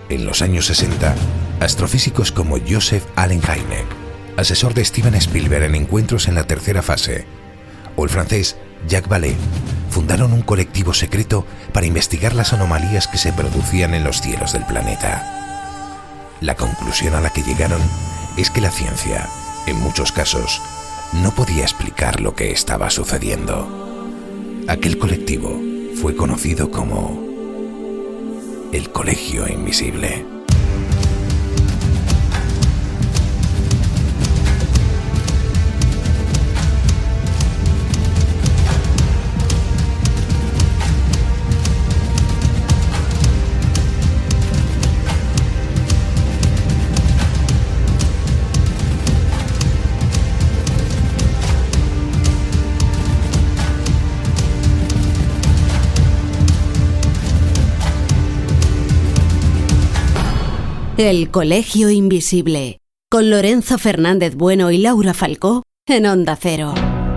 En los años 60, astrofísicos como Joseph Allen Hynek, asesor de Steven Spielberg en encuentros en la tercera fase, o el francés Jacques Vallée, fundaron un colectivo secreto para investigar las anomalías que se producían en los cielos del planeta. La conclusión a la que llegaron es que la ciencia, en muchos casos, no podía explicar lo que estaba sucediendo. Aquel colectivo fue conocido como el Colegio Invisible. El Colegio Invisible, con Lorenzo Fernández Bueno y Laura Falcó en Onda Cero.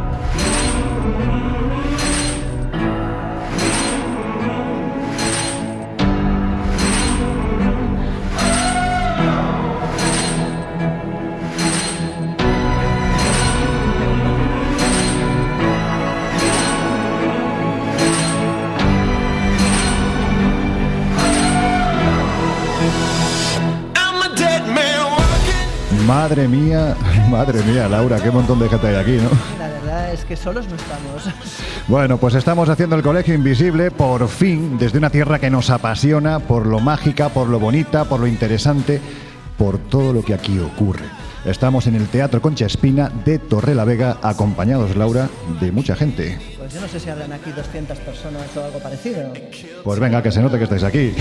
Madre mía, Laura, qué montón de gente hay aquí, ¿no? La verdad es que solos no estamos. Bueno, pues estamos haciendo el Colegio Invisible, por fin, desde una tierra que nos apasiona, por lo mágica, por lo bonita, por lo interesante, por todo lo que aquí ocurre. Estamos en el Teatro Concha Espina de Torrelavega, acompañados, Laura, de mucha gente. Pues yo no sé si habrán aquí 200 personas o algo parecido. Pues venga, que se note que estáis aquí.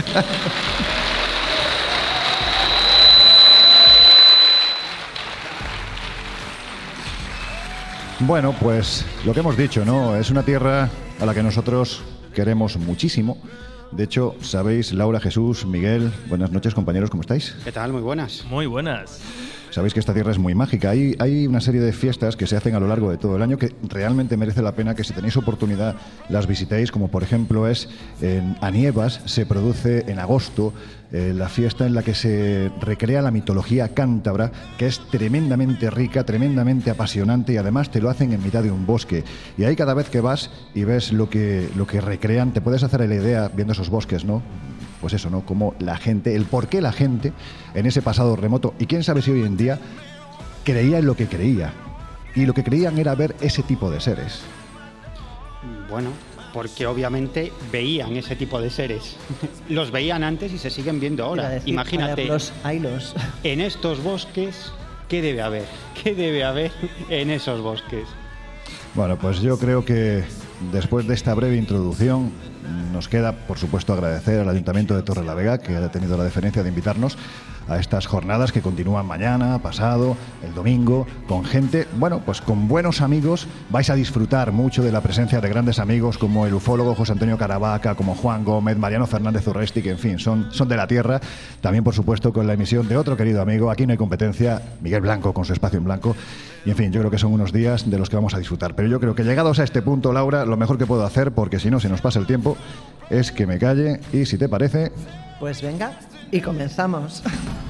Bueno, pues lo que hemos dicho, ¿no? Es una tierra a la que nosotros queremos muchísimo. De hecho, sabéis, Laura, Jesús, Miguel, buenas noches, compañeros, ¿cómo estáis? ¿Qué tal? Muy buenas. Muy buenas. Sabéis que esta tierra es muy mágica. Hay una serie de fiestas que se hacen a lo largo de todo el año que realmente merece la pena que, si tenéis oportunidad, las visitéis, como por ejemplo es en Anievas, se produce en agosto la fiesta en la que se recrea la mitología cántabra, que es tremendamente rica, tremendamente apasionante, y además te lo hacen en mitad de un bosque. Y ahí, cada vez que vas y ves lo que recrean, te puedes hacer la idea, viendo esos bosques, ¿no? Pues eso, ¿no? Como la gente, el por qué la gente en ese pasado remoto, y quién sabe si hoy en día, creía en lo que creía. Y lo que creían era ver ese tipo de seres. Bueno, porque obviamente veían ese tipo de seres. Los veían antes y se siguen viendo ahora. Imagínate, en estos bosques, ¿qué debe haber? ¿Qué debe haber en esos bosques? Bueno, pues yo creo que después de esta breve introducción, nos queda, por supuesto, agradecer al Ayuntamiento de Torrelavega, que ha tenido la deferencia de invitarnos a estas jornadas que continúan mañana, pasado, el domingo, con gente, bueno, pues con buenos amigos. Vais a disfrutar mucho de la presencia de grandes amigos como el ufólogo José Antonio Caravaca, como Juan Gómez, Mariano Fernández Urresti, que en fin, son de la tierra. También, por supuesto, con la emisión de otro querido amigo, aquí no hay competencia, Miguel Blanco, con su Espacio en Blanco. Y en fin, yo creo que son unos días de los que vamos a disfrutar. Pero yo creo que, llegados a este punto, Laura, lo mejor que puedo hacer, porque si no se nos pasa el tiempo, es que me calle y, si te parece... Pues venga, y comenzamos.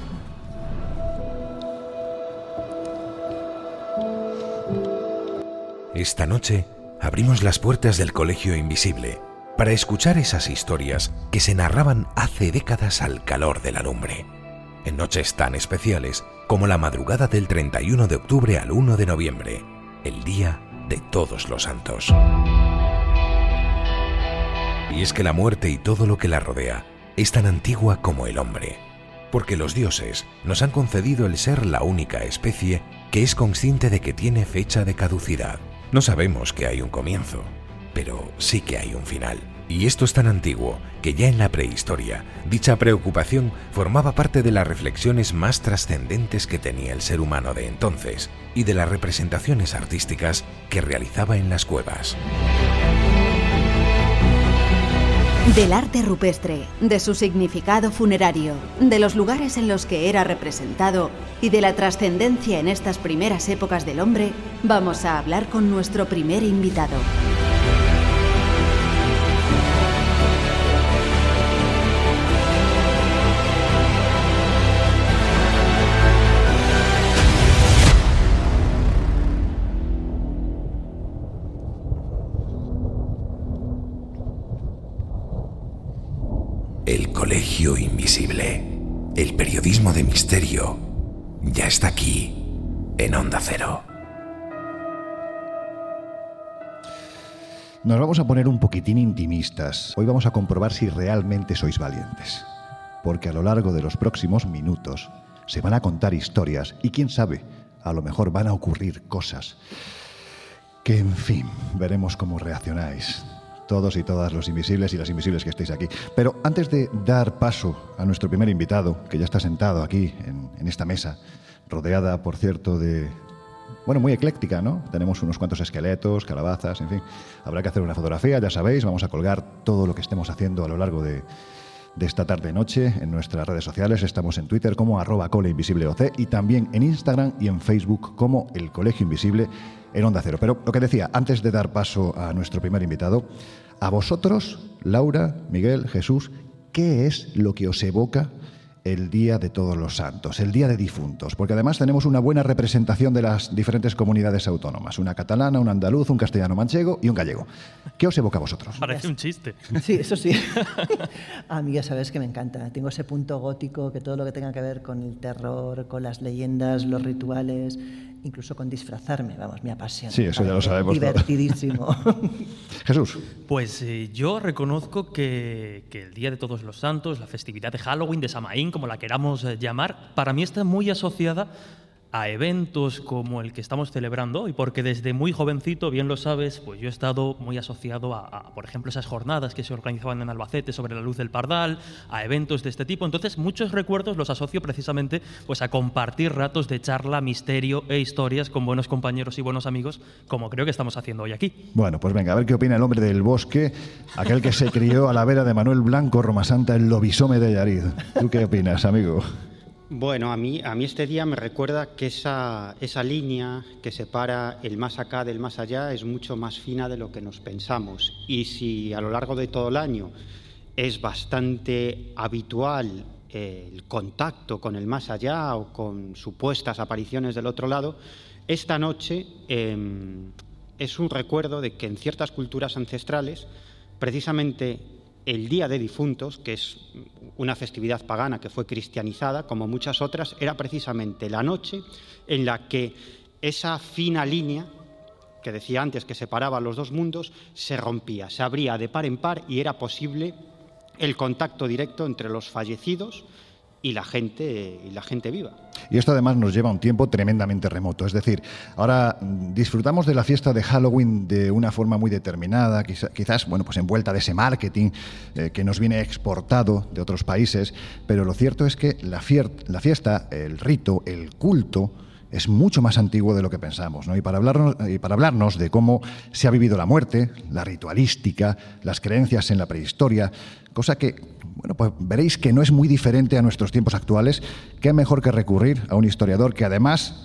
Esta noche abrimos las puertas del Colegio Invisible para escuchar esas historias que se narraban hace décadas al calor de la lumbre, en noches tan especiales como la madrugada del 31 de octubre al 1 de noviembre, el Día de Todos los Santos. Y es que la muerte y todo lo que la rodea es tan antigua como el hombre, porque los dioses nos han concedido el ser la única especie que es consciente de que tiene fecha de caducidad. No sabemos que hay un comienzo, pero sí que hay un final. Y esto es tan antiguo que ya en la prehistoria dicha preocupación formaba parte de las reflexiones más trascendentes que tenía el ser humano de entonces y de las representaciones artísticas que realizaba en las cuevas. Del arte rupestre, de su significado funerario, de los lugares en los que era representado y de la trascendencia en estas primeras épocas del hombre, vamos a hablar con nuestro primer invitado. El Colegio Invisible. El periodismo de misterio ya está aquí, en Onda Cero. Nos vamos a poner un poquitín intimistas. Hoy vamos a comprobar si realmente sois valientes. Porque a lo largo de los próximos minutos se van a contar historias y quién sabe, a lo mejor van a ocurrir cosas que, en fin, veremos cómo reaccionáis. Todos y todas los invisibles y las invisibles que estéis aquí. Pero antes de dar paso a nuestro primer invitado, que ya está sentado aquí en esta mesa, rodeada, por cierto, de... Bueno, muy ecléctica, ¿no? Tenemos unos cuantos esqueletos, calabazas, en fin. Habrá que hacer una fotografía, ya sabéis, vamos a colgar todo lo que estemos haciendo a lo largo de esta tarde-noche en nuestras redes sociales. Estamos en Twitter como @coleinvisibleoc y también en Instagram y en Facebook como El Colegio Invisible en Onda Cero. Pero lo que decía, antes de dar paso a nuestro primer invitado, a vosotros, Laura, Miguel, Jesús, ¿qué es lo que os evoca el Día de Todos los Santos, el Día de Difuntos? Porque además tenemos una buena representación de las diferentes comunidades autónomas. Una catalana, un andaluz, un castellano manchego y un gallego. ¿Qué os evoca a vosotros? Parece un chiste. Sí, eso sí. A mí ya sabes que me encanta. Tengo ese punto gótico, que todo lo que tenga que ver con el terror, con las leyendas, los rituales, incluso con disfrazarme, vamos, me apasiona. Sí, eso ya lo sabemos. Divertidísimo. Jesús. Pues yo reconozco que el Día de Todos los Santos, la festividad de Halloween, de Samaín, como la queramos llamar, para mí está muy asociada a eventos como el que estamos celebrando hoy, porque desde muy jovencito, bien lo sabes, pues yo he estado muy asociado a, por ejemplo, esas jornadas que se organizaban en Albacete sobre la luz del Pardal, a eventos de este tipo. Entonces, muchos recuerdos los asocio precisamente pues a compartir ratos de charla, misterio e historias con buenos compañeros y buenos amigos, como creo que estamos haciendo hoy aquí. Bueno, pues venga, a ver qué opina el hombre del bosque, aquel que se crió a la vera de Manuel Blanco, Roma Santa, el lobisome de Llarid. ¿Tú qué opinas, amigo? Bueno, a mí este día me recuerda que esa línea que separa el más acá del más allá es mucho más fina de lo que nos pensamos. Y si a lo largo de todo el año es bastante habitual el contacto con el más allá o con supuestas apariciones del otro lado, esta noche es un recuerdo de que en ciertas culturas ancestrales, precisamente el Día de Difuntos, que es una festividad pagana que fue cristianizada, como muchas otras, era precisamente la noche en la que esa fina línea, que decía antes que separaba los dos mundos, se rompía, se abría de par en par y era posible el contacto directo entre los fallecidos y la gente viva. Y esto además nos lleva a un tiempo tremendamente remoto. Es decir, ahora disfrutamos de la fiesta de Halloween de una forma muy determinada, quizás bueno, pues envuelta de ese marketing que nos viene exportado de otros países, pero lo cierto es que la fiesta, el rito, el culto, es mucho más antiguo de lo que pensamos, ¿no? Y para hablarnos de cómo se ha vivido la muerte, la ritualística, las creencias en la prehistoria, cosa que, bueno, pues veréis que no es muy diferente a nuestros tiempos actuales, qué mejor que recurrir a un historiador que además,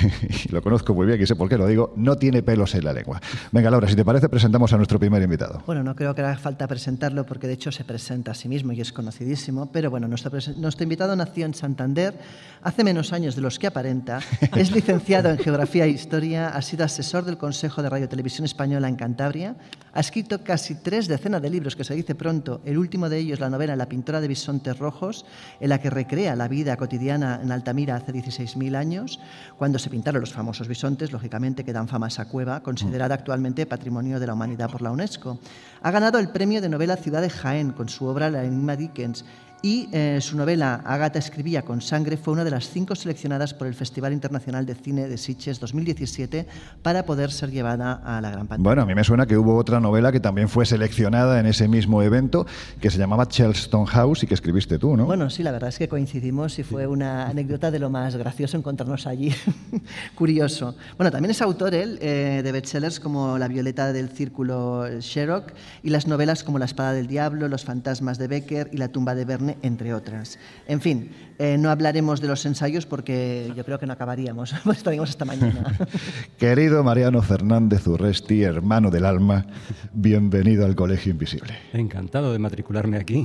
y lo conozco muy bien y sé por qué lo digo, no tiene pelos en la lengua. Venga, Laura, si te parece, presentamos a nuestro primer invitado. Bueno, no creo que haga falta presentarlo porque de hecho se presenta a sí mismo y es conocidísimo, pero bueno, nuestro invitado nació en Santander hace menos años de los que aparenta, es licenciado en Geografía e Historia, ha sido asesor del Consejo de Radio y Televisión Española en Cantabria, ha escrito casi 3 decenas de libros, que se dice pronto, el último de ellos la novela La pintora de bisontes rojos, en la que recrea la vida cotidiana en Altamira hace 16.000 años, cuando se pintaron los famosos bisontes, lógicamente que dan fama a esa cueva, considerada actualmente Patrimonio de la Humanidad por la UNESCO. Ha ganado el premio de novela Ciudad de Jaén con su obra La enigma Dickens y su novela Ágata escribía con sangre fue una de las 5 seleccionadas por el Festival Internacional de Cine de Sitges 2017 para poder ser llevada a la gran pantalla. Bueno, a mí me suena que hubo otra novela que también fue seleccionada en ese mismo evento, que se llamaba Chelmsford House y que escribiste tú, ¿no? Bueno, sí, la verdad es que coincidimos y fue una anécdota de lo más gracioso encontrarnos allí. Curioso. Bueno, también es autor él de bestsellers como La violeta del círculo Sherlock y las novelas como La espada del diablo, Los fantasmas de Becker y La tumba de Verne, entre otras. En fin, no hablaremos de los ensayos porque yo creo que no acabaríamos, pues estaríamos hasta mañana. Querido Mariano Fernández Urresti, hermano del alma, bienvenido al Colegio Invisible. Encantado de matricularme aquí.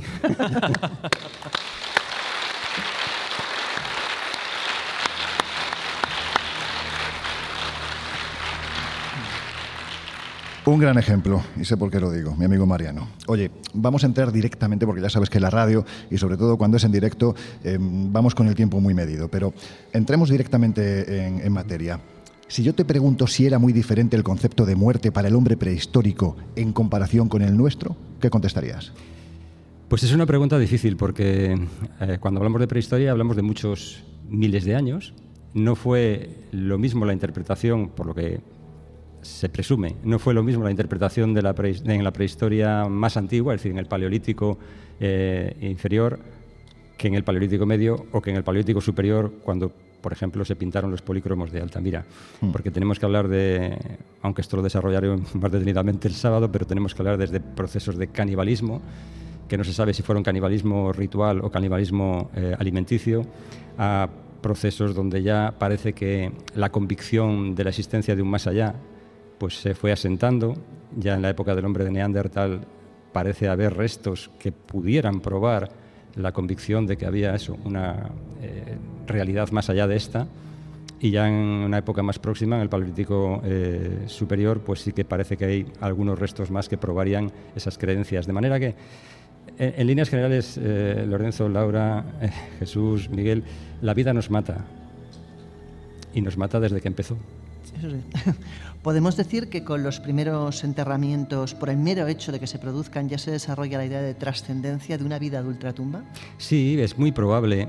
Un gran ejemplo, y sé por qué lo digo, mi amigo Mariano. Oye, vamos a entrar directamente, porque ya sabes que la radio, y sobre todo cuando es en directo, vamos con el tiempo muy medido, pero entremos directamente en materia. Si yo te pregunto si era muy diferente el concepto de muerte para el hombre prehistórico en comparación con el nuestro, ¿qué contestarías? Pues es una pregunta difícil, porque cuando hablamos de prehistoria hablamos de muchos miles de años. No fue lo mismo la interpretación, por lo que se presume, no fue lo mismo la interpretación en la prehistoria más antigua, es decir, en el Paleolítico inferior, que en el Paleolítico medio o que en el Paleolítico superior, cuando, por ejemplo, se pintaron los polícromos de Altamira. Porque tenemos que hablar de, aunque esto lo desarrollaré más detenidamente el sábado, pero tenemos que hablar desde procesos de canibalismo, que no se sabe si fueron canibalismo ritual o canibalismo alimenticio, a procesos donde ya parece que la convicción de la existencia de un más allá pues se fue asentando. Ya en la época del hombre de Neandertal parece haber restos que pudieran probar la convicción de que había una realidad más allá de esta, y ya en una época más próxima, en el Paleolítico superior, pues sí que parece que hay algunos restos más que probarían esas creencias. De manera que, en líneas generales, Lorenzo, Laura, Jesús, Miguel, la vida nos mata, y nos mata desde que empezó. Eso sí. ¿Podemos decir que con los primeros enterramientos, por el mero hecho de que se produzcan, ya se desarrolla la idea de trascendencia de una vida de ultratumba? Sí, es muy probable.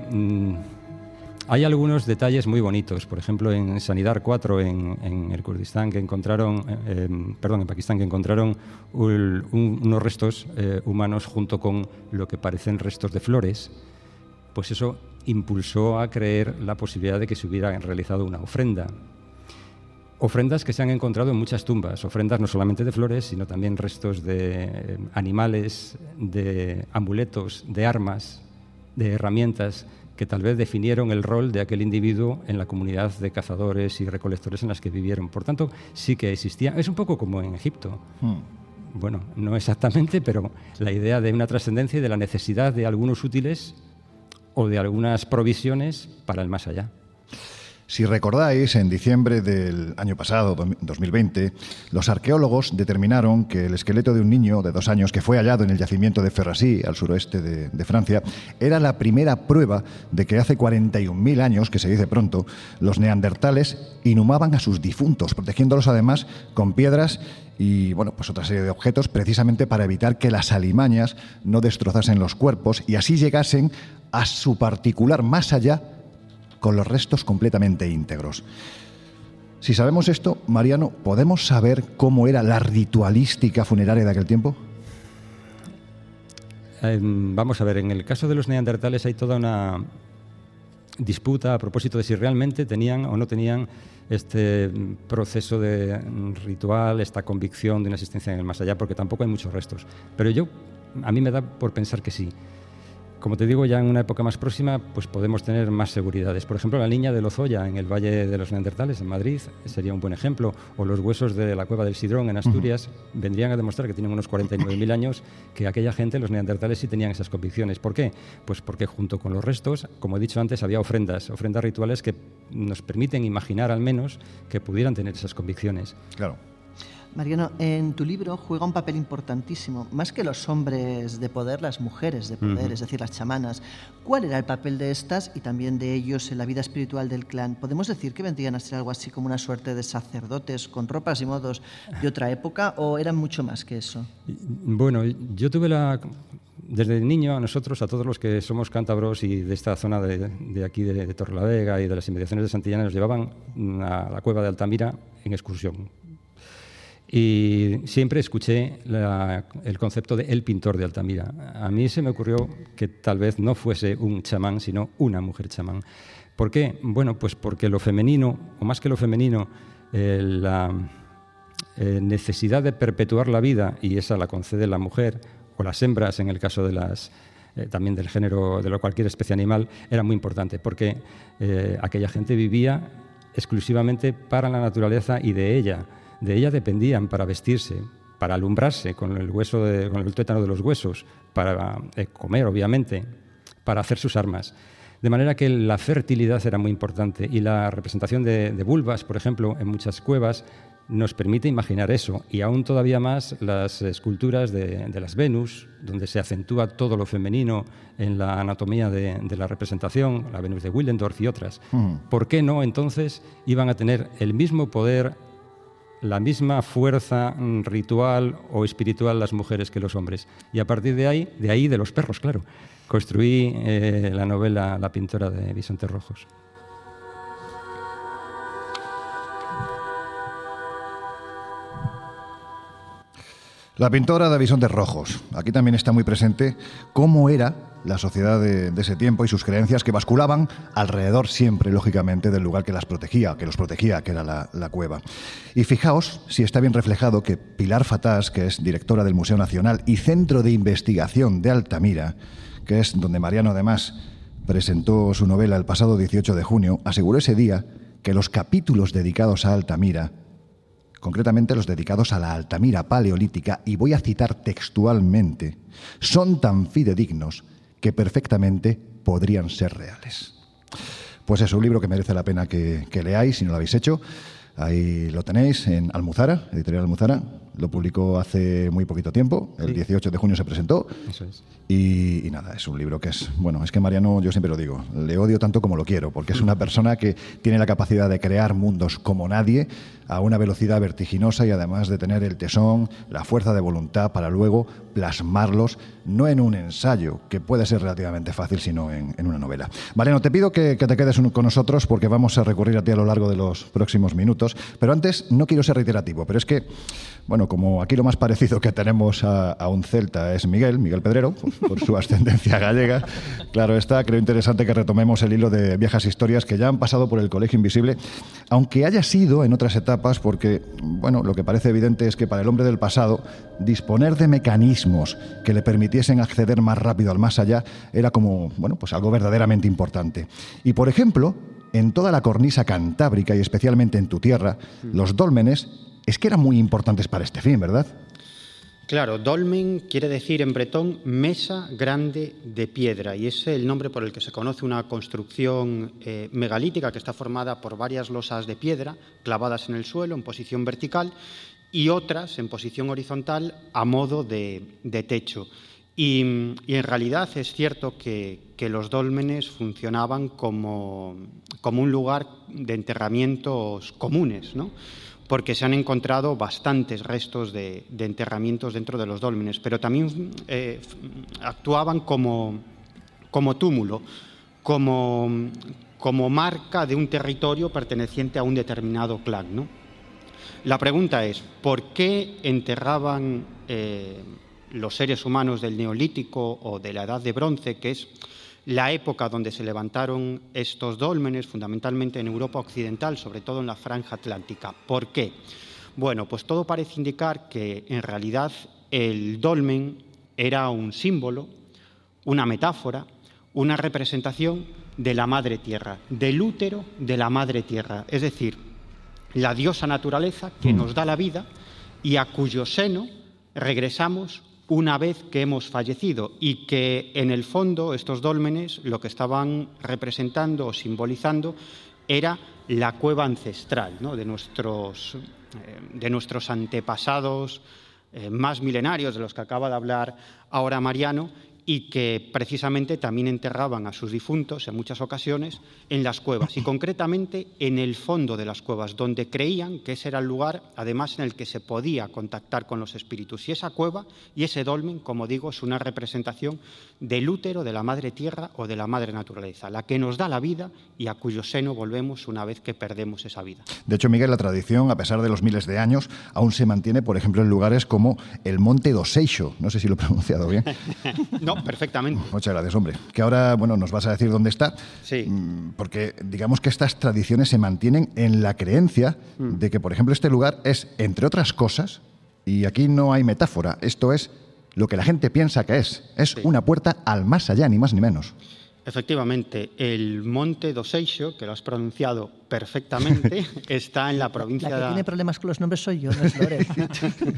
Hay algunos detalles muy bonitos. Por ejemplo, en Sanidar 4, en el Kurdistán, que encontraron, en Pakistán, que encontraron unos restos humanos junto con lo que parecen restos de flores, pues eso impulsó a creer la posibilidad de que se hubiera realizado una ofrenda. Ofrendas que se han encontrado en muchas tumbas, ofrendas no solamente de flores, sino también restos de animales, de amuletos, de armas, de herramientas que tal vez definieron el rol de aquel individuo en la comunidad de cazadores y recolectores en las que vivieron. Por tanto, sí que existía. Es un poco como en Egipto. Bueno, no exactamente, pero la idea de una trascendencia y de la necesidad de algunos útiles o de algunas provisiones para el más allá. Si recordáis, en diciembre del año pasado, 2020, los arqueólogos determinaron que el esqueleto de un niño de 2 años que fue hallado en el yacimiento de Ferrasí, al suroeste de Francia, era la primera prueba de que hace 41.000 años, que se dice pronto, los neandertales inhumaban a sus difuntos, protegiéndolos además con piedras y pues otra serie de objetos, precisamente para evitar que las alimañas no destrozasen los cuerpos y así llegasen a su particular más allá, con los restos completamente íntegros. Si sabemos esto, Mariano, ¿podemos saber cómo era la ritualística funeraria de aquel tiempo? Vamos a ver, en el caso de los neandertales hay toda una disputa a propósito de si realmente tenían o no tenían este proceso de ritual, esta convicción de una existencia en el más allá, porque tampoco hay muchos restos. Pero a mí me da por pensar que sí. Como te digo, ya en una época más próxima pues podemos tener más seguridades. Por ejemplo, la niña de Lozoya en el Valle de los Neandertales, en Madrid, sería un buen ejemplo. O los huesos de la cueva del Sidrón en Asturias vendrían a demostrar que tienen unos 49.000 años, que aquella gente, los neandertales, sí tenían esas convicciones. ¿Por qué? Pues porque junto con los restos, como he dicho antes, había ofrendas rituales que nos permiten imaginar al menos que pudieran tener esas convicciones. Claro. Mariano, en tu libro juega un papel importantísimo, más que los hombres de poder, las mujeres de poder, es decir, las chamanas. ¿Cuál era el papel de estas y también de ellos en la vida espiritual del clan? ¿Podemos decir que vendrían a ser algo así como una suerte de sacerdotes con ropas y modos de otra época o eran mucho más que eso? Bueno, yo tuve desde niño, a nosotros, a todos los que somos cántabros y de esta zona de aquí, de Torrelavega y de las inmediaciones de Santillana, nos llevaban a la cueva de Altamira en excursión. Y siempre escuché el concepto de el pintor de Altamira. A mí se me ocurrió que tal vez no fuese un chamán, sino una mujer chamán. ¿Por qué? Bueno, pues porque lo femenino, o más que lo femenino, la necesidad de perpetuar la vida, y esa la concede la mujer, o las hembras en el caso de también del género de cualquier especie animal, era muy importante, porque aquella gente vivía exclusivamente para la naturaleza y de ella dependían para vestirse, para alumbrarse con con el tuétano de los huesos, para comer, obviamente, para hacer sus armas. De manera que la fertilidad era muy importante y la representación de vulvas, por ejemplo, en muchas cuevas nos permite imaginar eso, y aún todavía más las esculturas de las Venus, donde se acentúa todo lo femenino en la anatomía de la representación, la Venus de Willendorf y otras. ¿Por qué no, entonces, iban a tener el mismo poder, la misma fuerza ritual o espiritual las mujeres que los hombres? Y a partir de ahí de los perros, claro, construí la novela La pintora de bisontes rojos. La pintora de bisontes rojos. Aquí también está muy presente cómo era la sociedad de ese tiempo y sus creencias que basculaban alrededor siempre, lógicamente, del lugar que los protegía, que era la cueva. Y fijaos si está bien reflejado que Pilar Fatás, que es directora del Museo Nacional y Centro de Investigación de Altamira, que es donde Mariano además presentó su novela el pasado 18 de junio, aseguró ese día que los capítulos dedicados a Altamira, concretamente los dedicados a la Altamira paleolítica, y voy a citar textualmente, son tan fidedignos que perfectamente podrían ser reales. Pues es un libro que merece la pena que leáis si no lo habéis hecho. Ahí lo tenéis en Almuzara, editorial Almuzara. Lo publicó hace muy poquito tiempo, el 18 de junio se presentó. Eso es. Y nada, es un libro que es... Bueno, es que Mariano, yo siempre lo digo, le odio tanto como lo quiero, porque es una persona que tiene la capacidad de crear mundos como nadie, a una velocidad vertiginosa, y además de tener el tesón, la fuerza de voluntad para luego plasmarlos, no en un ensayo, que puede ser relativamente fácil, sino en una novela. Mariano, te pido que te quedes con nosotros, porque vamos a recurrir a ti a lo largo de los próximos minutos. Pero antes, no quiero ser reiterativo, pero es que, bueno, como aquí lo más parecido que tenemos a un celta es Miguel Pedrero, por su ascendencia gallega, claro está, creo interesante que retomemos el hilo de viejas historias que ya han pasado por el Colegio Invisible, aunque haya sido en otras etapas, porque, bueno, lo que parece evidente es que para el hombre del pasado, disponer de mecanismos que le permitiesen acceder más rápido al más allá era como, bueno, pues algo verdaderamente importante. Y, por ejemplo, en toda la cornisa cantábrica y especialmente en tu tierra, los dólmenes es que eran muy importantes para este fin, ¿verdad? Claro, dolmen quiere decir en bretón mesa grande de piedra, y es el nombre por el que se conoce una construcción megalítica que está formada por varias losas de piedra clavadas en el suelo en posición vertical y otras en posición horizontal a modo de techo. Y en realidad es cierto que los dólmenes funcionaban como un lugar de enterramientos comunes, ¿no? Porque se han encontrado bastantes restos de enterramientos dentro de los dólmenes, pero también actuaban como túmulo, como marca de un territorio perteneciente a un determinado clan, ¿no? La pregunta es, ¿por qué enterraban los seres humanos del Neolítico o de la Edad de Bronce, que es la época donde se levantaron estos dólmenes, fundamentalmente en Europa occidental, sobre todo en la franja atlántica? ¿Por qué? Bueno, pues todo parece indicar que en realidad el dolmen era un símbolo, una metáfora, una representación de la madre tierra, del útero de la madre tierra, es decir, la diosa naturaleza que nos da la vida y a cuyo seno regresamos una vez que hemos fallecido, y que en el fondo estos dólmenes lo que estaban representando o simbolizando era la cueva ancestral, ¿no?, de nuestros antepasados más milenarios, de los que acaba de hablar ahora Mariano, y que precisamente también enterraban a sus difuntos en muchas ocasiones en las cuevas, y concretamente en el fondo de las cuevas, donde creían que ese era el lugar, además, en el que se podía contactar con los espíritus. Y esa cueva y ese dolmen, como digo, es una representación del útero de la madre tierra o de la madre naturaleza, la que nos da la vida y a cuyo seno volvemos una vez que perdemos esa vida. De hecho, Miguel, la tradición, a pesar de los miles de años, aún se mantiene, por ejemplo, en lugares como el Monte do Seixo. No sé si lo he pronunciado bien. No, perfectamente. Muchas gracias, hombre. Que ahora, bueno, nos vas a decir dónde está. Sí. Porque digamos que estas tradiciones se mantienen en la creencia de que, por ejemplo, este lugar es, entre otras cosas, y aquí no hay metáfora, esto es lo que la gente piensa que es. Es una puerta al más allá, ni más ni menos. Efectivamente, el Monte do Seixo, que lo has pronunciado perfectamente, está en la provincia... La que tiene problemas con los nombres soy yo, no es Lore.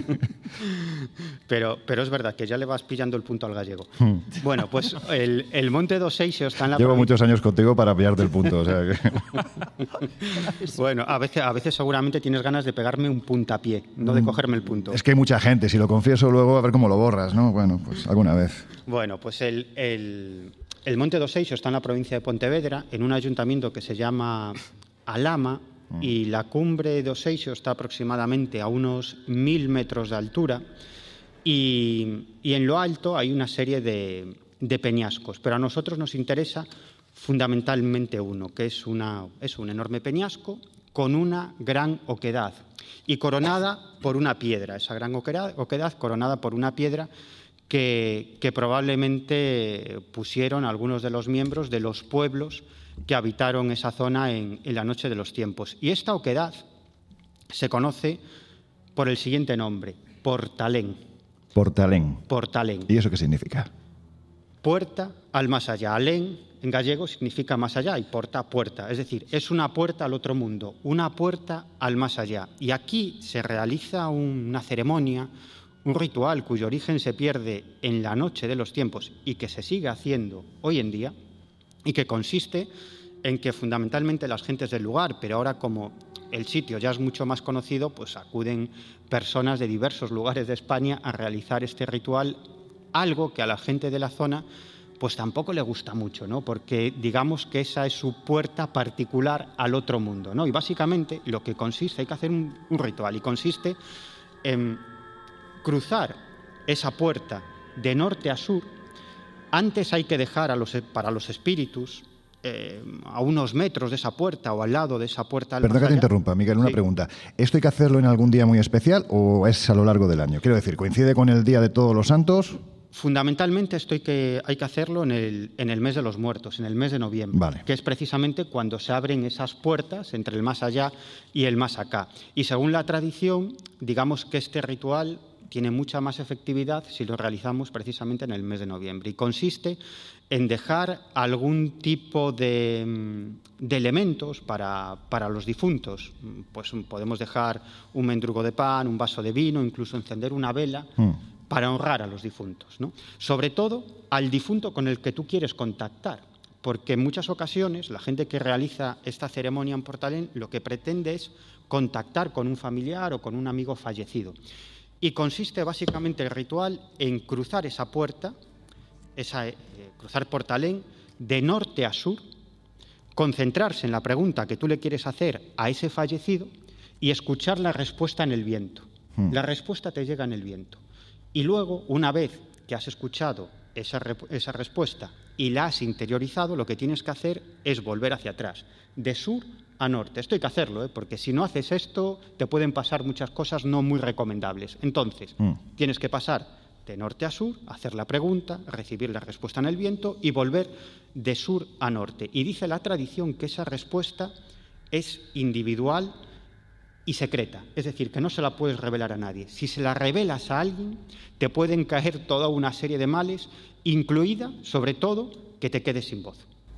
Pero es verdad que ya le vas pillando el punto al gallego. Bueno, pues el Monte dos Seixos está en la... Llevo muchos años contigo para pillarte el punto. O sea que... Bueno, a veces seguramente tienes ganas de pegarme un puntapié, no de cogerme el punto. Es que hay mucha gente, si lo confieso luego, a ver cómo lo borras, ¿no? Bueno, pues alguna vez. Bueno, pues el Monte dos Seixos está en la provincia de Pontevedra, en un ayuntamiento que se llama Alama, y la cumbre dos Seixos está aproximadamente a unos 1000 metros de altura, y en lo alto hay una serie de peñascos, pero a nosotros nos interesa fundamentalmente uno, que es un enorme peñasco con una gran oquedad y coronada por una piedra, esa gran oquedad coronada por una piedra que probablemente pusieron algunos de los miembros de los pueblos que habitaron esa zona en la noche de los tiempos. Y esta oquedad se conoce por el siguiente nombre, Portalén. Portalén. Portalén. ¿Y eso qué significa? Puerta al más allá. Alén en gallego significa más allá y porta, puerta. Es decir, es una puerta al otro mundo, una puerta al más allá. Y aquí se realiza una ceremonia, un ritual cuyo origen se pierde en la noche de los tiempos y que se sigue haciendo hoy en día, y que consiste en que fundamentalmente las gentes del lugar, pero ahora como el sitio ya es mucho más conocido, pues acuden personas de diversos lugares de España a realizar este ritual, algo que a la gente de la zona pues tampoco le gusta mucho, ¿no? Porque digamos que esa es su puerta particular al otro mundo, ¿no? Y básicamente lo que consiste, hay que hacer un ritual, y consiste en cruzar esa puerta de norte a sur. Antes hay que dejar para los espíritus a unos metros de esa puerta o al lado de esa puerta. Perdón que te interrumpa, Miguel, una pregunta. ¿Esto hay que hacerlo en algún día muy especial o es a lo largo del año? Quiero decir, ¿coincide con el Día de Todos los Santos? Fundamentalmente hay que hacerlo en el mes de los muertos, en el mes de noviembre, vale, que es precisamente cuando se abren esas puertas entre el más allá y el más acá. Y según la tradición, digamos que este ritual tiene mucha más efectividad si lo realizamos precisamente en el mes de noviembre. Y consiste en dejar algún tipo de elementos para los difuntos. Pues podemos dejar un mendrugo de pan, un vaso de vino, incluso encender una vela para honrar a los difuntos, ¿no? Sobre todo al difunto con el que tú quieres contactar, porque en muchas ocasiones la gente que realiza esta ceremonia en Portalén lo que pretende es contactar con un familiar o con un amigo fallecido. Y consiste básicamente el ritual en cruzar esa puerta, cruzar Portalén de norte a sur, concentrarse en la pregunta que tú le quieres hacer a ese fallecido y escuchar la respuesta en el viento. La respuesta te llega en el viento. Y luego, una vez que has escuchado esa respuesta y la has interiorizado, lo que tienes que hacer es volver hacia atrás, de sur a norte. Esto hay que hacerlo, porque si no haces esto te pueden pasar muchas cosas no muy recomendables. Entonces, tienes que pasar de norte a sur, hacer la pregunta, recibir la respuesta en el viento y volver de sur a norte. Y dice la tradición que esa respuesta es individual y secreta, es decir, que no se la puedes revelar a nadie. Si se la revelas a alguien, te pueden caer toda una serie de males, incluida, sobre todo, que te quedes sin voz.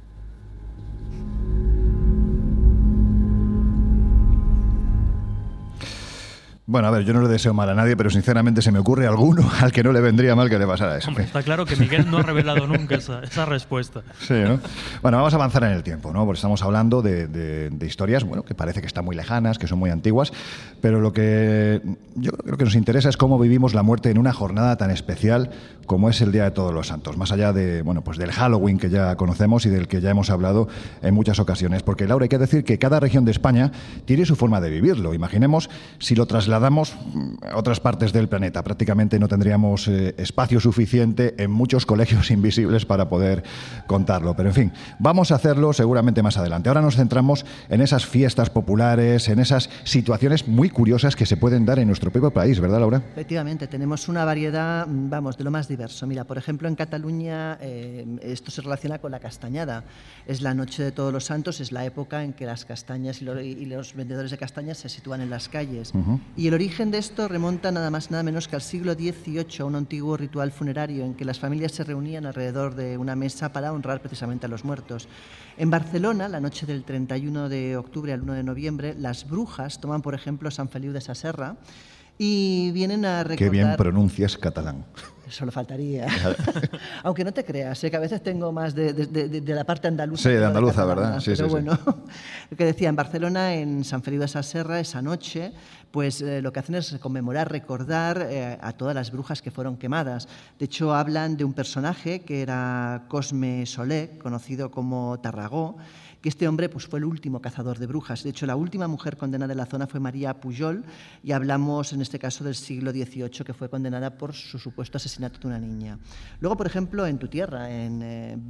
Bueno, a ver, yo no le deseo mal a nadie, pero sinceramente se me ocurre alguno al que no le vendría mal que le pasara eso. Hombre, está claro que Miguel no ha revelado nunca esa respuesta. Sí, ¿no? Bueno, vamos a avanzar en el tiempo, ¿no? Porque estamos hablando de historias, bueno, que parece que están muy lejanas, que son muy antiguas, pero lo que yo creo que nos interesa es cómo vivimos la muerte en una jornada tan especial como es el Día de Todos los Santos, más allá de, bueno, pues del Halloween que ya conocemos y del que ya hemos hablado en muchas ocasiones. Porque, Laura, hay que decir que cada región de España tiene su forma de vivirlo. Imaginemos si lo trasladamos a otras partes del planeta. Prácticamente no tendríamos espacio suficiente en muchos colegios invisibles para poder contarlo. Pero, en fin, vamos a hacerlo seguramente más adelante. Ahora nos centramos en esas fiestas populares, en esas situaciones muy curiosas que se pueden dar en nuestro propio país, ¿verdad, Laura? Efectivamente, tenemos una variedad, vamos, de lo más diverso. Mira, por ejemplo, en Cataluña esto se relaciona con la castañada. Es la noche de Todos los Santos, es la época en que las castañas y los vendedores de castañas se sitúan en las calles. Y el origen de esto remonta nada más nada menos que al siglo XVIII, a un antiguo ritual funerario en que las familias se reunían alrededor de una mesa para honrar precisamente a los muertos. En Barcelona, la noche del 31 de octubre al 1 de noviembre, las brujas toman, por ejemplo, San Feliu de Sasserra y vienen a recordar... Qué bien pronuncias catalán. Solo faltaría. Aunque no te creas, que a veces tengo más de la parte andaluza. Sí, de andaluza, ¿verdad? Sí, pero sí, bueno, lo que decía, en Barcelona, en Sant Feliu de Sasserra, esa noche, pues lo que hacen es conmemorar, recordar a todas las brujas que fueron quemadas. De hecho, hablan de un personaje que era Cosme Soler, conocido como Tarragó, que este hombre pues, fue el último cazador de brujas. De hecho, la última mujer condenada en la zona fue María Pujol, y hablamos en este caso del siglo XVIII, que fue condenada por su supuesto asesinato de una niña. Luego, por ejemplo, en tu tierra, en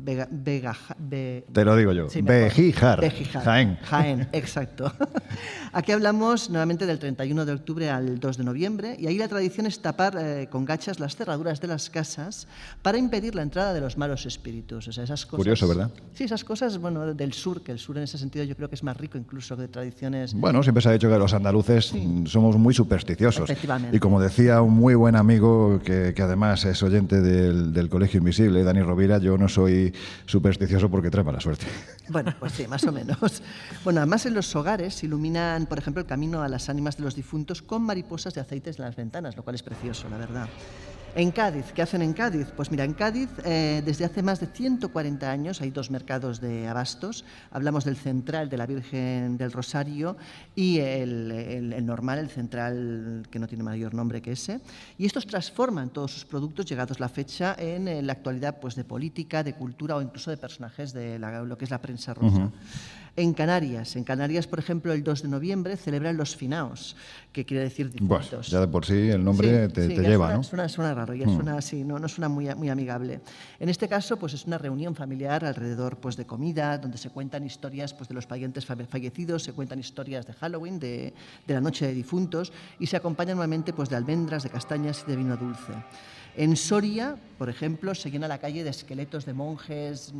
te lo digo yo, sí, Bejíjar, Jaén. Jaén, exacto. Aquí hablamos nuevamente del 31 de octubre al 2 de noviembre, y ahí la tradición es tapar con gachas las cerraduras de las casas para impedir la entrada de los malos espíritus. O sea, esas cosas, curioso, ¿verdad? Sí, esas cosas, bueno, del sur, que el sur en ese sentido yo creo que es más rico incluso de tradiciones. Bueno, siempre se ha dicho que los andaluces somos muy supersticiosos. Efectivamente. Y como decía un muy buen amigo que además es oyente del Colegio Invisible, Dani Rovira, yo no soy supersticioso porque trae mala suerte. Bueno, pues sí, más o menos. Bueno, además en los hogares se iluminan, por ejemplo, el camino a las ánimas de los difuntos con mariposas de aceites en las ventanas, lo cual es precioso, la verdad. En Cádiz, ¿qué hacen en Cádiz? Pues mira, en Cádiz desde hace más de 140 años hay dos mercados de abastos. Hablamos del central de la Virgen del Rosario y el normal, el central que no tiene mayor nombre que ese. Y estos transforman todos sus productos, llegados la fecha, en la actualidad pues, de política, de cultura o incluso de personajes de lo que es la prensa rosa. En Canarias, por ejemplo, el 2 de noviembre celebran los finaos, que quiere decir difuntos. Bueno, ya de por sí el nombre te lleva, suena, ¿no? Suena raro, ya suena así, no suena muy amigable. En este caso, pues es una reunión familiar alrededor pues, de comida, donde se cuentan historias pues, de los parientes fallecidos, se cuentan historias de Halloween, de la noche de difuntos, y se acompañan nuevamente pues, de almendras, de castañas y de vino dulce. En Soria, por ejemplo, se llena la calle de esqueletos de monjes,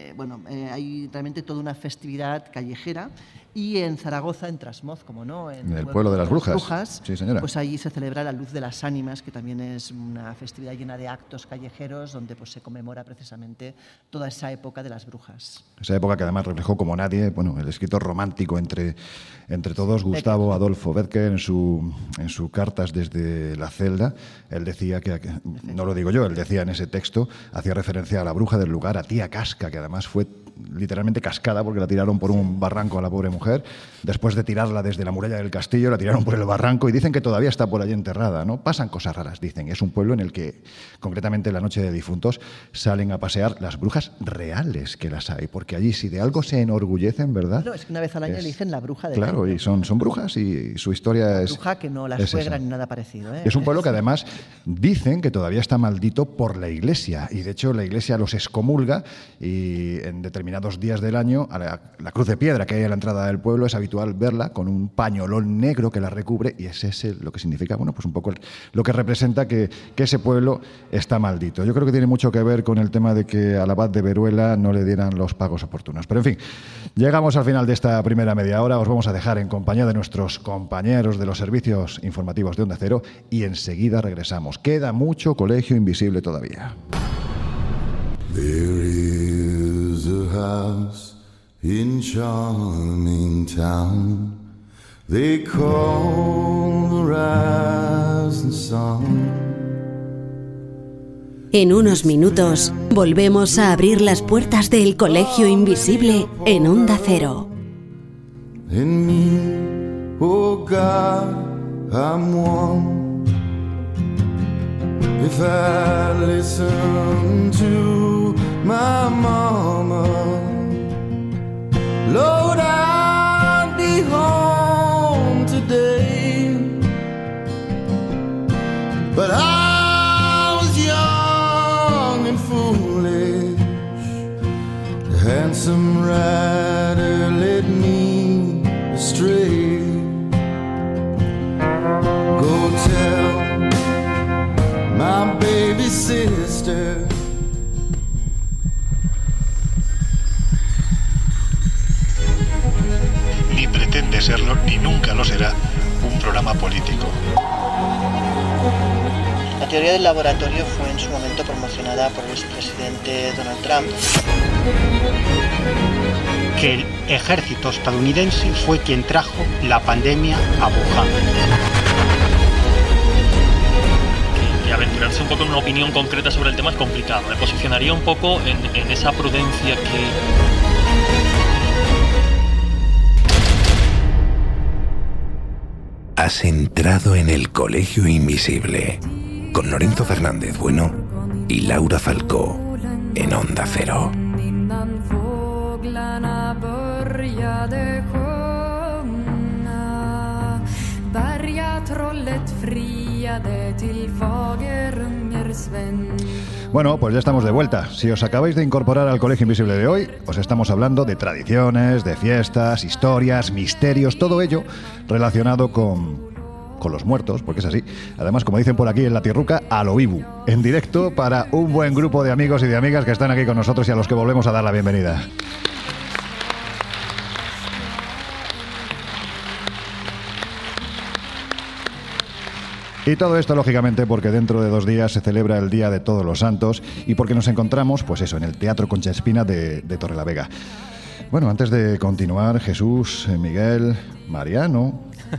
hay realmente toda una festividad callejera. Y en Zaragoza, en Trasmoz, como no, en el pueblo de las brujas. Sí, señora. Pues allí se celebra la Luz de las Ánimas, que también es una festividad llena de actos callejeros donde pues, se conmemora precisamente toda esa época de las brujas. Esa época que además reflejó como nadie, bueno, el escritor romántico entre todos, Gustavo Adolfo Bécquer, en su Cartas desde la celda, él decía que, no lo digo yo, él decía en ese texto, hacía referencia a la bruja del lugar, a Tía Casca, que además fue literalmente cascada porque la tiraron por un barranco a la pobre mujer. Después de tirarla desde la muralla del castillo, la tiraron por el barranco y dicen que todavía está por allí enterrada, ¿no? Pasan cosas raras, dicen. Es un pueblo en el que, concretamente en la noche de difuntos, salen a pasear las brujas reales, que las hay, porque allí si de algo se enorgullecen, ¿verdad? No, es que una vez al año eligen la bruja de Claro, y son brujas y su historia es... bruja que no la suegra ni nada parecido, ¿eh? Es un pueblo que además dicen que todavía está maldito por la Iglesia, y de hecho la Iglesia los excomulga, y en determinados días del año a la cruz de piedra que hay a la entrada del pueblo es habitual verla con un pañolón negro que la recubre, y es ese lo que significa, bueno, pues un poco lo que representa que ese pueblo está maldito. Yo creo que tiene mucho que ver con el tema de que al abad de Veruela no le dieran los pagos oportunos. Pero en fin, llegamos al final de esta primera media hora. Os vamos a dejar en compañía de nuestros compañeros de los servicios informativos de Onda Cero y enseguida regresamos. Queda mucho Colegio Invisible todavía. There is a house in charming town they call the rising sun. En unos minutos volvemos a abrir las puertas del Colegio Invisible en Onda Cero. In me, oh God, I'm one. If I listen to my mama, Lord, I'd be home today. But I was young and foolish. The handsome rider led me astray. Go tell my baby sister. Ni pretende serlo, ni nunca lo será, un programa político. La teoría del laboratorio fue en su momento promocionada por el expresidente Donald Trump. Que el ejército estadounidense fue quien trajo la pandemia a Wuhan. un poco en una opinión concreta sobre el tema es complicado. Me posicionaría un poco en esa prudencia que... Has entrado en el Colegio Invisible con Lorenzo Fernández Bueno y Laura Falcó en Onda Cero. Bueno, pues ya estamos de vuelta. Si os acabáis de incorporar al Colegio Invisible de hoy, os estamos hablando de tradiciones, de fiestas, historias, misterios, todo ello relacionado con los muertos, porque es así. Además, como dicen por aquí en La Tierruca, a lo vivo, en directo para un buen grupo de amigos y de amigas que están aquí con nosotros y a los que volvemos a dar la bienvenida. Y todo esto, lógicamente, porque dentro de 2 días se celebra el Día de Todos los Santos y porque nos encontramos, pues eso, en el Teatro Concha Espina de Torrelavega. Bueno, antes de continuar, Jesús, Miguel, Mariano,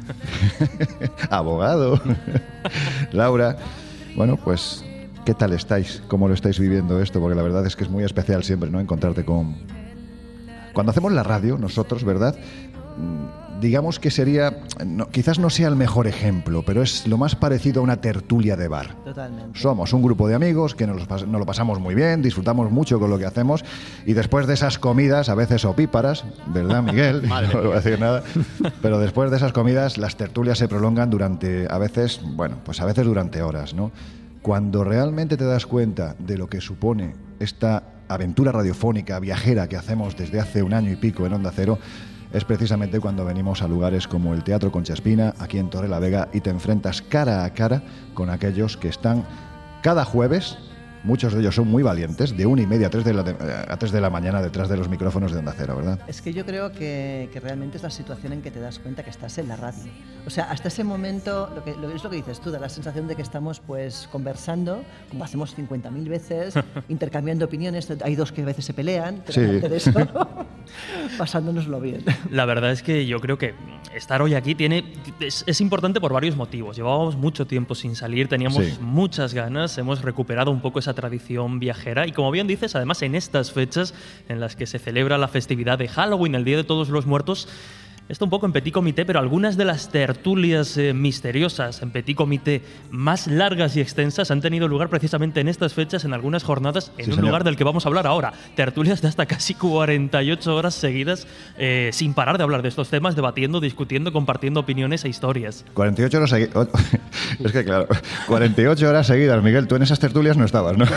abogado, Laura, bueno, pues, ¿qué tal estáis? ¿Cómo lo estáis viviendo esto? Porque la verdad es que es muy especial siempre, ¿no? Encontrarte con... Cuando hacemos la radio, nosotros, ¿verdad?, digamos que sería, quizás no sea el mejor ejemplo, pero es lo más parecido a una tertulia de bar. Totalmente. Somos un grupo de amigos que nos lo pasamos muy bien, disfrutamos mucho con lo que hacemos y después de esas comidas, a veces opíparas, ¿verdad, Miguel? No voy a decir nada, pero después de esas comidas las tertulias se prolongan durante, a veces durante horas, ¿no? Cuando realmente te das cuenta de lo que supone esta aventura radiofónica viajera que hacemos desde hace 1 año y pico en Onda Cero, es precisamente cuando venimos a lugares como el Teatro Concha Espina, aquí en Torrelavega, y te enfrentas cara a cara con aquellos que están cada jueves, muchos de ellos son muy valientes, de 1:30 a 3 de la mañana detrás de los micrófonos de Onda Cero, ¿verdad? Es que yo creo que realmente es la situación en que te das cuenta que estás en la radio. O sea, hasta ese momento, es lo que dices tú, da la sensación de que estamos pues conversando, como hacemos 50.000 veces, intercambiando opiniones. Hay 2 que a veces se pelean, pero sí. Aparte de eso, pasándonoslo bien. La verdad es que yo creo que estar hoy aquí es importante por varios motivos. Llevábamos mucho tiempo sin salir, teníamos muchas ganas, hemos recuperado un poco esa tradición viajera y, como bien dices, además en estas fechas en las que se celebra la festividad de Halloween, el Día de Todos los Muertos, esto un poco en petit comité, pero algunas de las tertulias misteriosas en petit comité más largas y extensas han tenido lugar precisamente en estas fechas, en algunas jornadas, en un lugar del que vamos a hablar ahora. Tertulias de hasta casi 48 horas seguidas, sin parar de hablar de estos temas, debatiendo, discutiendo, compartiendo opiniones e historias. 48 horas seguidas. Es que claro, 48 horas seguidas, Miguel, tú en esas tertulias no estabas, ¿no?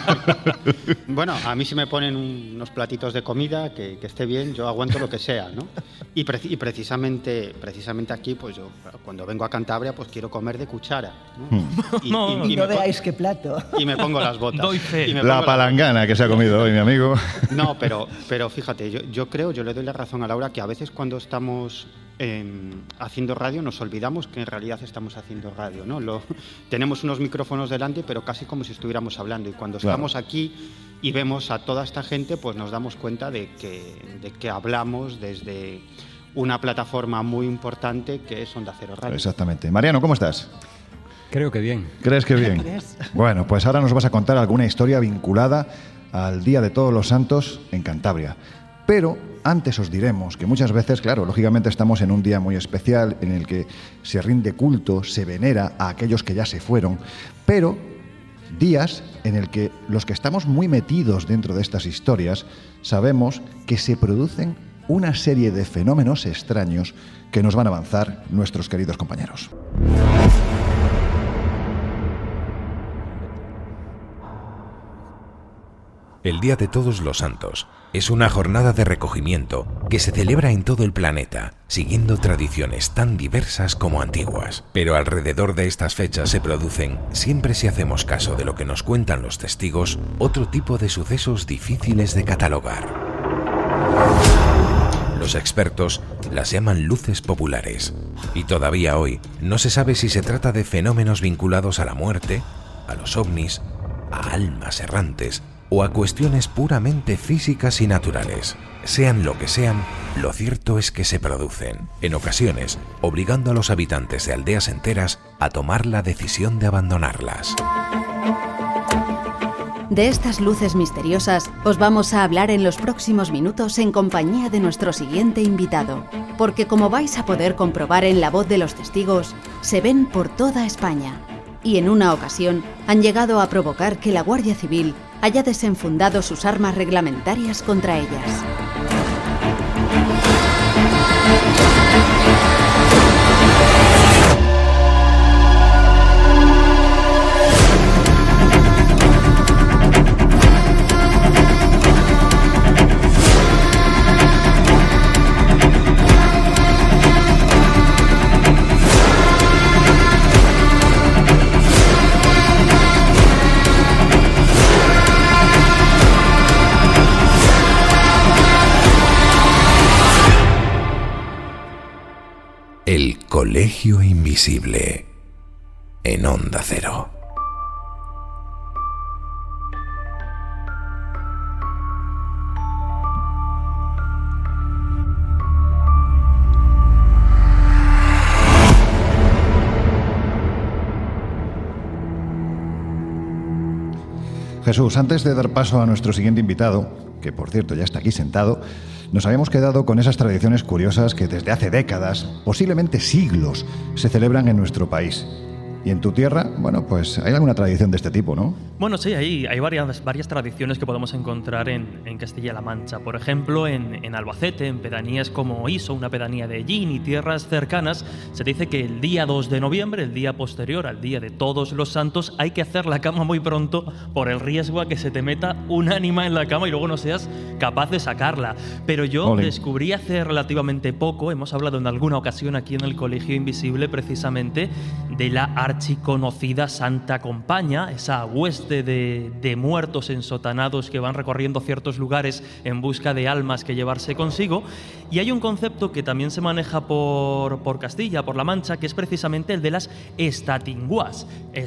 Bueno, a mí si me ponen unos platitos de comida, que esté bien, yo aguanto lo que sea, ¿no? Y precisamente aquí, pues yo cuando vengo a Cantabria, pues quiero comer de cuchara, ¿no? Y no veáis qué plato. Y me pongo las botas. Doy fe. La palangana que se ha comido hoy, mi amigo. No, pero fíjate, yo le doy la razón a Laura que a veces cuando estamos haciendo radio nos olvidamos que en realidad estamos haciendo radio, ¿no? Tenemos unos micrófonos delante, pero casi como si estuviéramos hablando. Y cuando estamos aquí y vemos a toda esta gente, pues nos damos cuenta de que hablamos desde una plataforma muy importante que es Onda Cero Radio. Exactamente. Mariano, ¿cómo estás? Creo que bien. ¿Crees que bien? Bueno, pues ahora nos vas a contar alguna historia vinculada al Día de Todos los Santos en Cantabria. Pero antes os diremos que muchas veces, claro, lógicamente estamos en un día muy especial en el que se rinde culto, se venera a aquellos que ya se fueron, pero días en el que los que estamos muy metidos dentro de estas historias sabemos que se producen una serie de fenómenos extraños que nos van a avanzar nuestros queridos compañeros. El Día de Todos los Santos es una jornada de recogimiento que se celebra en todo el planeta, siguiendo tradiciones tan diversas como antiguas. Pero alrededor de estas fechas se producen, siempre si hacemos caso de lo que nos cuentan los testigos, otro tipo de sucesos difíciles de catalogar. Los expertos las llaman luces populares, y todavía hoy no se sabe si se trata de fenómenos vinculados a la muerte, a los ovnis, a almas errantes o a cuestiones puramente físicas y naturales. Sean lo que sean, lo cierto es que se producen, en ocasiones, obligando a los habitantes de aldeas enteras a tomar la decisión de abandonarlas. De estas luces misteriosas os vamos a hablar en los próximos minutos en compañía de nuestro siguiente invitado, porque como vais a poder comprobar en la voz de los testigos, se ven por toda España. Y en una ocasión han llegado a provocar que la Guardia Civil haya desenfundado sus armas reglamentarias contra ellas. El Colegio Invisible, en Onda Cero. Jesús, antes de dar paso a nuestro siguiente invitado, que por cierto ya está aquí sentado, nos habíamos quedado con esas tradiciones curiosas que desde hace décadas, posiblemente siglos, se celebran en nuestro país. Y en tu tierra, bueno, pues hay alguna tradición de este tipo, ¿no? Bueno, sí, hay varias tradiciones que podemos encontrar en Castilla-La Mancha. Por ejemplo, en Albacete, en pedanías como Iso, una pedanía de Ellín y tierras cercanas, se dice que el día 2 de noviembre, el día posterior al Día de Todos los Santos, hay que hacer la cama muy pronto por el riesgo a que se te meta un ánima en la cama y luego no seas capaz de sacarla. Pero yo descubrí hace relativamente poco, hemos hablado en alguna ocasión aquí en el Colegio Invisible precisamente, de la archiconocida Santa Compaña, esa hueste de muertos ensotanados que van recorriendo ciertos lugares en busca de almas que llevarse consigo. Y hay un concepto que también se maneja por Castilla, por La Mancha, que es precisamente el de las estatinguas,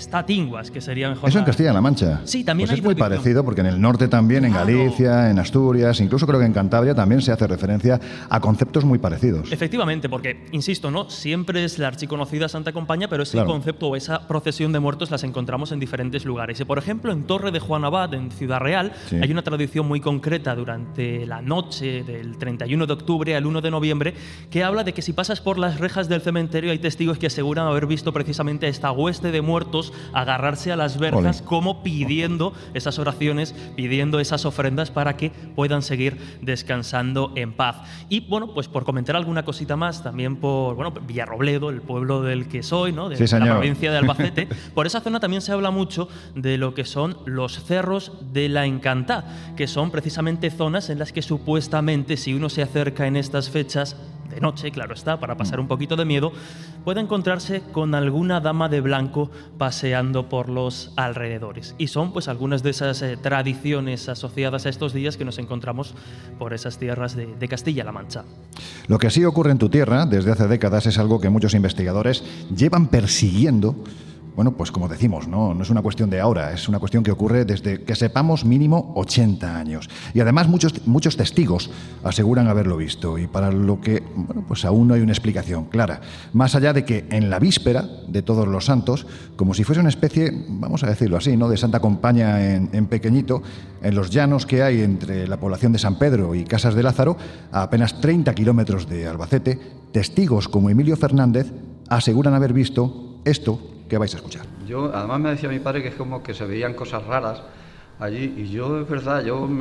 que serían... ¿Eso en Castilla-La Mancha? Sí, también pues hay es muy parecido, porque en el norte también, en Galicia, en Asturias, incluso creo que en Cantabria también se hace referencia a conceptos muy parecidos. Efectivamente, porque, insisto, ¿no? Siempre es la archiconocida Santa Compaña, pero ese concepto o esa procesión de muertos las encontramos en diferentes lugares. Y, por ejemplo, en Torre de Juan Abad, en Ciudad Real, hay una tradición muy concreta durante la noche del 31 de octubre al 1 de noviembre que habla de que si pasas por las rejas del cementerio hay testigos que aseguran haber visto precisamente a esta hueste de muertos agarrarse a las verjas como pidiendo esas oraciones, pidiendo esas ofrendas para que puedan seguir descansando en paz. Y, bueno, pues por comentar alguna cosita más, también por Villarrobledo, el pueblo del que soy, ¿no? De la provincia de Albacete, por esa zona también se habla mucho de lo que son los cerros de la Encantá, que son precisamente zonas en las que supuestamente si uno se acerca en estas fechas, de noche, claro está, para pasar un poquito de miedo, puede encontrarse con alguna dama de blanco paseando por los alrededores. Y son pues algunas de esas tradiciones asociadas a estos días que nos encontramos por esas tierras de Castilla-La Mancha. Lo que sí ocurre en tu tierra desde hace décadas es algo que muchos investigadores llevan persiguiendo. Bueno, pues como decimos, no es una cuestión de ahora, es una cuestión que ocurre desde que sepamos mínimo 80 años. Y además muchos testigos aseguran haberlo visto y para lo que, pues aún no hay una explicación clara. Más allá de que en la víspera de Todos los Santos, como si fuese una especie, vamos a decirlo así, ¿no?, de Santa Compaña en pequeñito, en los llanos que hay entre la población de San Pedro y Casas de Lázaro, a apenas 30 kilómetros de Albacete, testigos como Emilio Fernández aseguran haber visto esto que vais a escuchar. Yo, además me decía mi padre que es como que se veían cosas raras allí y yo, es verdad,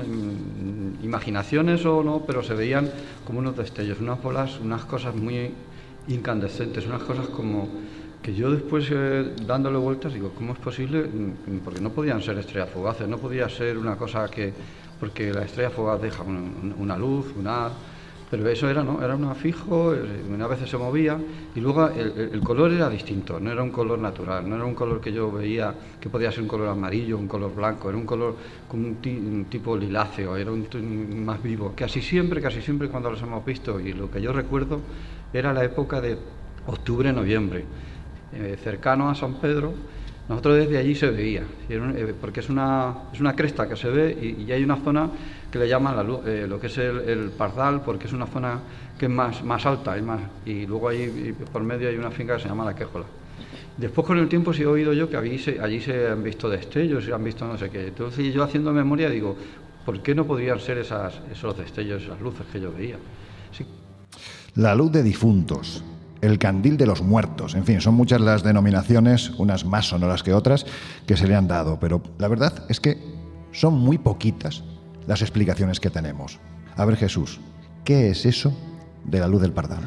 imaginaciones o no, pero se veían como unos destellos, unas bolas, unas cosas muy incandescentes, unas cosas como que yo después dándole vueltas digo, ¿cómo es posible? Porque no podían ser estrellas fugaces, no podía ser una cosa porque la estrella fugaz deja una luz, pero eso era un fijo, a veces se movía y luego el color era distinto, no era un color natural, no era un color que yo veía que podía ser un color amarillo, un color blanco, era un color como un tipo liláceo, era un más vivo. Casi siempre cuando los hemos visto, y lo que yo recuerdo era la época de octubre-noviembre, cercano a San Pedro, Nosotros desde allí se veía, porque es una cresta que se ve y hay una zona que le llaman lo que es el Pardal, porque es una zona que es más alta, y luego ahí por medio hay una finca que se llama La Quéjola. Después con el tiempo sí he oído yo que allí se han visto destellos, se han visto no sé qué. Entonces yo haciendo memoria digo, ¿por qué no podrían ser esos destellos, esas luces que yo veía? Sí. La luz de difuntos, el candil de los muertos, en fin, son muchas las denominaciones, unas más sonoras que otras, que se le han dado, pero la verdad es que son muy poquitas las explicaciones que tenemos. A ver, Jesús, ¿qué es eso de la luz del Pardal?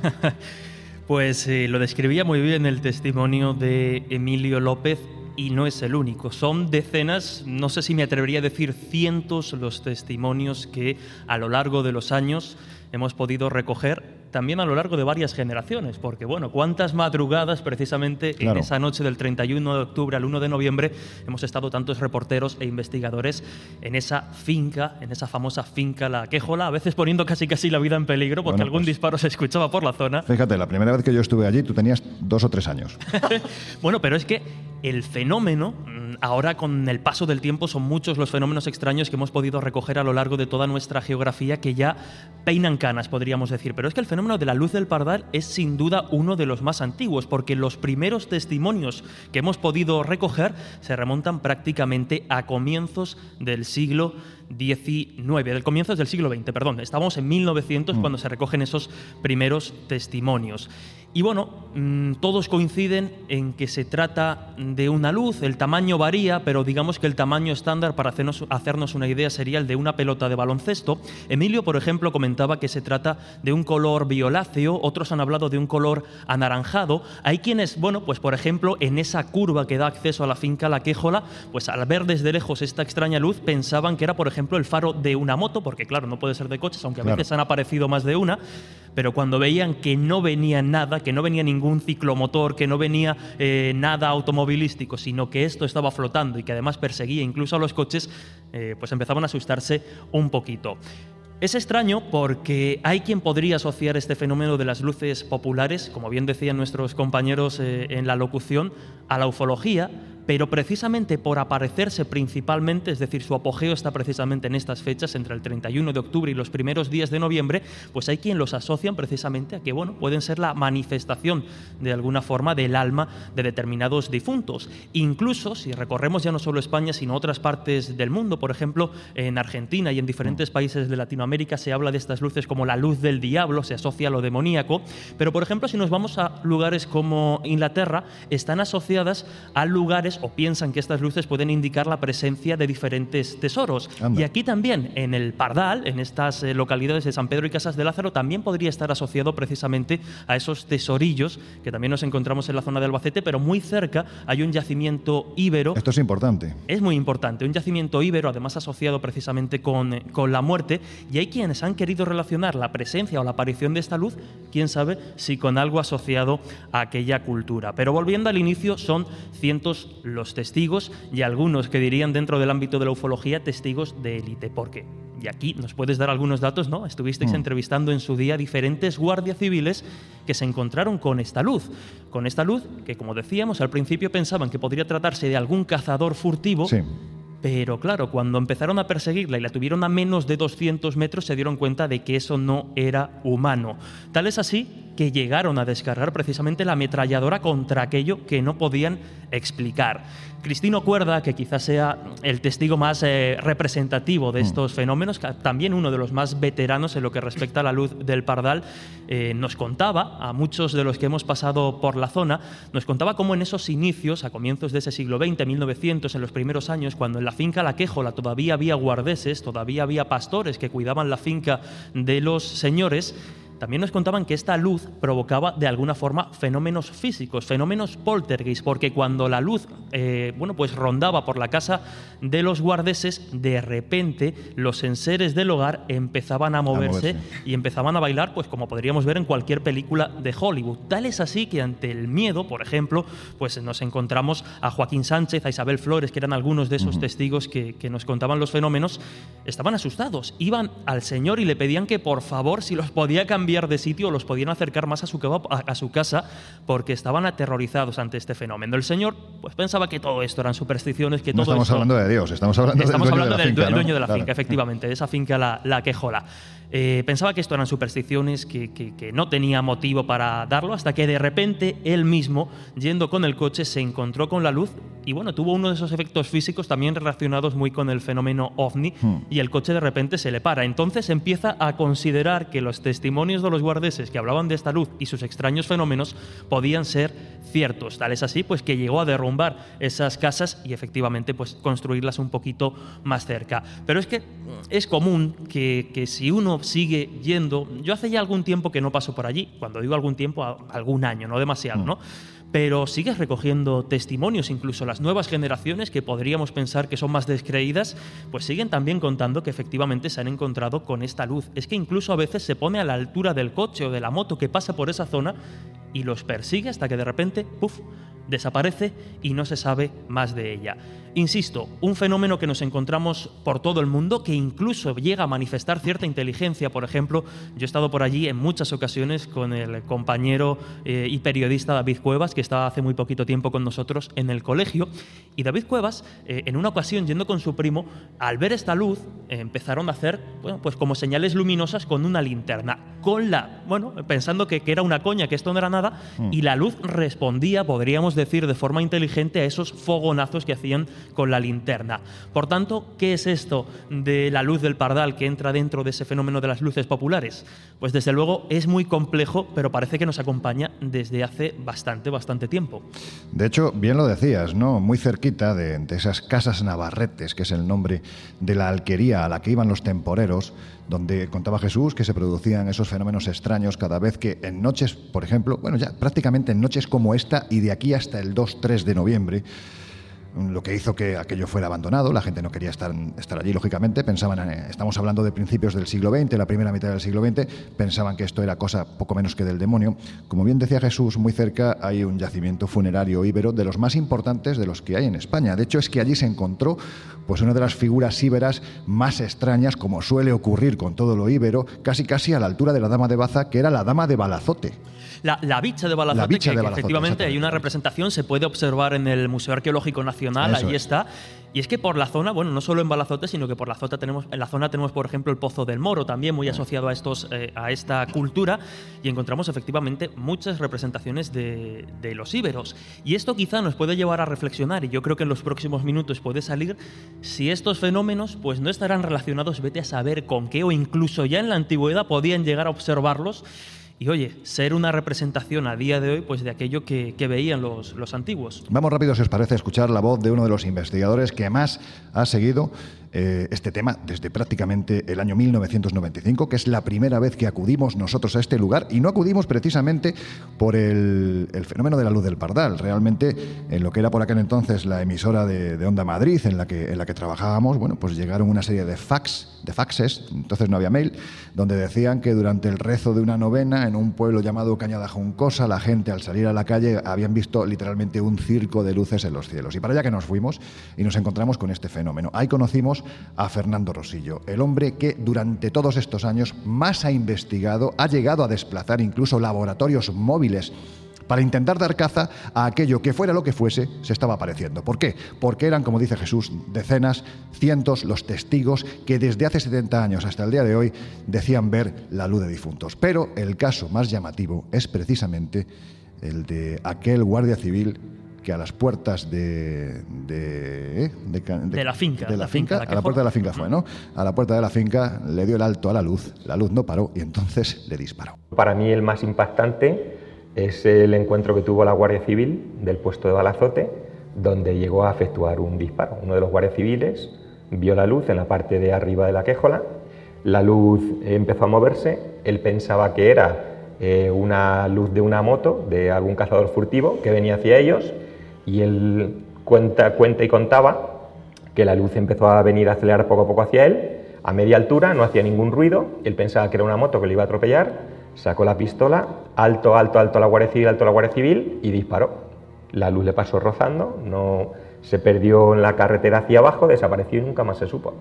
Pues lo describía muy bien el testimonio de Emilio López, y no es el único. Son decenas, no sé si me atrevería a decir cientos, los testimonios que a lo largo de los años hemos podido recoger, también a lo largo de varias generaciones, porque bueno, cuántas madrugadas precisamente en esa noche del 31 de octubre al 1 de noviembre hemos estado tantos reporteros e investigadores en esa finca, en esa famosa finca La Quéjola, a veces poniendo casi la vida en peligro porque algún disparo se escuchaba por la zona. Fíjate, la primera vez que yo estuve allí tú tenías 2 o 3 años. Bueno, pero es que el fenómeno, ahora con el paso del tiempo son muchos los fenómenos extraños que hemos podido recoger a lo largo de toda nuestra geografía que ya peinan canas, podríamos decir, pero es que el fenómeno de la luz del Pardal es sin duda uno de los más antiguos, porque los primeros testimonios que hemos podido recoger se remontan prácticamente a comienzos del siglo XIX, del comienzos del siglo XX, perdón. Estamos en 1900 cuando se recogen esos primeros testimonios. Y bueno, todos coinciden en que se trata de una luz, el tamaño varía, pero digamos que el tamaño estándar, para hacernos una idea, sería el de una pelota de baloncesto. Emilio, por ejemplo, comentaba que se trata de un color violáceo, otros han hablado de un color anaranjado. Hay quienes, bueno, pues por ejemplo, en esa curva que da acceso a la finca La Quéjola, pues al ver desde lejos esta extraña luz, pensaban que era, por ejemplo, el faro de una moto, porque claro, no puede ser de coches, aunque a veces han aparecido más de una, pero cuando veían que no venía nada, que no venía ningún ciclomotor, que no venía nada automovilístico, sino que esto estaba flotando y que además perseguía incluso a los coches, pues empezaban a asustarse un poquito. Es extraño porque hay quien podría asociar este fenómeno de las luces populares, como bien decían nuestros compañeros en la locución, a la ufología, pero precisamente por aparecerse principalmente, es decir, su apogeo está precisamente en estas fechas, entre el 31 de octubre y los primeros días de noviembre, pues hay quien los asocian precisamente a que, bueno, pueden ser la manifestación de alguna forma del alma de determinados difuntos. Incluso, si recorremos ya no solo España, sino otras partes del mundo, por ejemplo, en Argentina y en diferentes países de Latinoamérica se habla de estas luces como la luz del diablo, se asocia a lo demoníaco, pero por ejemplo, si nos vamos a lugares como Inglaterra, están asociadas a lugares o piensan que estas luces pueden indicar la presencia de diferentes tesoros. Anda. Y aquí también, en el Pardal, en estas localidades de San Pedro y Casas de Lázaro, también podría estar asociado precisamente a esos tesorillos que también nos encontramos en la zona de Albacete, pero muy cerca hay un yacimiento íbero. Esto es importante. Es muy importante, un yacimiento íbero, además asociado precisamente con la muerte, y hay quienes han querido relacionar la presencia o la aparición de esta luz, quién sabe si con algo asociado a aquella cultura. Pero volviendo al inicio, son cientos los testigos y algunos que dirían dentro del ámbito de la ufología testigos de élite. ¿Por qué? Y aquí nos puedes dar algunos datos, ¿no? Estuvisteis entrevistando en su día diferentes guardias civiles que se encontraron con esta luz que, como decíamos, al principio pensaban que podría tratarse de algún cazador furtivo. Sí. Pero claro, cuando empezaron a perseguirla y la tuvieron a menos de 200 metros, se dieron cuenta de que eso no era humano. Tal es así que llegaron a descargar precisamente la ametralladora contra aquello que no podían explicar. Cristino Cuerda, que quizás sea el testigo más representativo de estos fenómenos, también uno de los más veteranos en lo que respecta a la luz del Pardal, nos contaba, a muchos de los que hemos pasado por la zona, nos contaba cómo en esos inicios, a comienzos de ese siglo XX, 1900, en los primeros años, cuando en la finca La Quéjola todavía había guardeses, todavía había pastores que cuidaban la finca de los señores, también nos contaban que esta luz provocaba de alguna forma fenómenos físicos, fenómenos poltergeist, porque cuando la luz pues rondaba por la casa de los guardeses, de repente los enseres del hogar empezaban a moverse y empezaban a bailar, pues como podríamos ver en cualquier película de Hollywood. Tal es así que ante el miedo, por ejemplo, pues nos encontramos a Joaquín Sánchez, a Isabel Flores, que eran algunos de esos testigos que nos contaban los fenómenos, estaban asustados, iban al señor y le pedían que por favor, si los podía cambiar cambiar de sitio o los podían acercar más a su casa porque estaban aterrorizados ante este fenómeno. El señor pues pensaba que todo esto eran supersticiones, que no todo estamos esto... hablando de Dios, estamos hablando del dueño de la finca, efectivamente, de esa finca la Quejola. Pensaba que esto eran supersticiones, que no tenía motivo para darlo, hasta que de repente él mismo, yendo con el coche, se encontró con la luz y bueno, tuvo uno de esos efectos físicos también relacionados muy con el fenómeno OVNI, y el coche de repente se le para. Entonces empieza a considerar que los testimonios de los guardeses que hablaban de esta luz y sus extraños fenómenos podían ser ciertos. Tal es así pues que llegó a derrumbar esas casas y efectivamente pues construirlas un poquito más cerca. Pero es que es común que si uno sigue yendo, yo hace ya algún tiempo que no paso por allí, cuando digo algún tiempo, algún año, no demasiado, ¿no? Pero sigues recogiendo testimonios, incluso las nuevas generaciones que podríamos pensar que son más descreídas, pues siguen también contando que efectivamente se han encontrado con esta luz. Es que incluso a veces se pone a la altura del coche o de la moto que pasa por esa zona y los persigue hasta que de repente, ¡puf!, desaparece y no se sabe más de ella. Insisto, un fenómeno que nos encontramos por todo el mundo, que incluso llega a manifestar cierta inteligencia. Por ejemplo, yo he estado por allí en muchas ocasiones con el compañero y periodista David Cuevas, que estaba hace muy poquito tiempo con nosotros en el colegio, y David Cuevas, en una ocasión, yendo con su primo, al ver esta luz, empezaron a hacer, bueno, pues como señales luminosas con una linterna, pensando que era una coña, que esto no era nada, y la luz respondía, podríamos decir, de forma inteligente a esos fogonazos que hacían con la linterna. Por tanto, ¿qué es esto de la luz del Pardal que entra dentro de ese fenómeno de las luces populares? Pues desde luego es muy complejo, pero parece que nos acompaña desde hace bastante tiempo. De hecho, bien lo decías, ¿no? Muy cerquita de esas casas Navarretes, que es el nombre de la alquería a la que iban los temporeros, donde contaba Jesús que se producían esos fenómenos extraños cada vez que en noches, por ejemplo, bueno, ya prácticamente en noches como esta y de aquí hasta el 2-3 de noviembre, lo que hizo que aquello fuera abandonado. La gente no quería estar allí, lógicamente. Pensaban, estamos hablando de principios del siglo XX, la primera mitad del siglo XX, pensaban que esto era cosa poco menos que del demonio. Como bien decía Jesús, muy cerca hay un yacimiento funerario íbero de los más importantes de los que hay en España. De hecho, es que allí se encontró pues una de las figuras íberas más extrañas, como suele ocurrir con todo lo íbero, casi a la altura de la Dama de Baza, que era la Dama de Balazote. La bicha de Balazote, que efectivamente hay una representación, se puede observar en el Museo Arqueológico Nacional, allí está. Y es que por la zona, bueno, no solo en Balazote, sino que por la zona tenemos, por ejemplo, el Pozo del Moro, también muy asociado a esta cultura, y encontramos efectivamente muchas representaciones de los íberos. Y esto quizá nos puede llevar a reflexionar, y yo creo que en los próximos minutos puede salir, si estos fenómenos pues no estarán relacionados, vete a saber con qué, o incluso ya en la antigüedad podían llegar a observarlos. Y oye, ser una representación a día de hoy pues de aquello que veían los antiguos. Vamos rápido, si os parece, a escuchar la voz de uno de los investigadores que más ha seguido este tema desde prácticamente el año 1995, que es la primera vez que acudimos nosotros a este lugar, y no acudimos precisamente por el fenómeno de la luz del Pardal. Realmente, en lo que era por aquel entonces la emisora de Onda Madrid, en la que trabajábamos, bueno, pues llegaron una serie de faxes, entonces no había mail, donde decían que durante el rezo de una novena en un pueblo llamado Cañada Juncosa, la gente al salir a la calle habían visto literalmente un circo de luces en los cielos. Y para allá que nos fuimos y nos encontramos con este fenómeno. Ahí conocimos a Fernando Rosillo, el hombre que durante todos estos años más ha investigado, ha llegado a desplazar incluso laboratorios móviles para intentar dar caza a aquello que fuera lo que fuese, se estaba apareciendo. ¿Por qué? Porque eran, como dice Jesús, decenas, cientos los testigos que desde hace 70 años hasta el día de hoy decían ver la luz de difuntos. Pero el caso más llamativo es precisamente el de aquel guardia civil que a las puertas de la finca. De la finca, a la puerta de la finca fue, ¿no? A la puerta de la finca le dio el alto a la luz no paró y entonces le disparó. Para mí el más impactante es el encuentro que tuvo la Guardia Civil del puesto de Balazote, donde llegó a efectuar un disparo. Uno de los guardias civiles vio la luz en la parte de arriba de la quejola, la luz empezó a moverse, él pensaba que era una luz de una moto, de algún cazador furtivo que venía hacia ellos, y él cuenta y contaba que la luz empezó a venir a acelerar poco a poco hacia él, a media altura, no hacía ningún ruido, él pensaba que era una moto que le iba a atropellar, sacó la pistola, alto a la Guardia Civil y disparó. La luz le pasó rozando, no se perdió en la carretera hacia abajo, desapareció y nunca más se supo.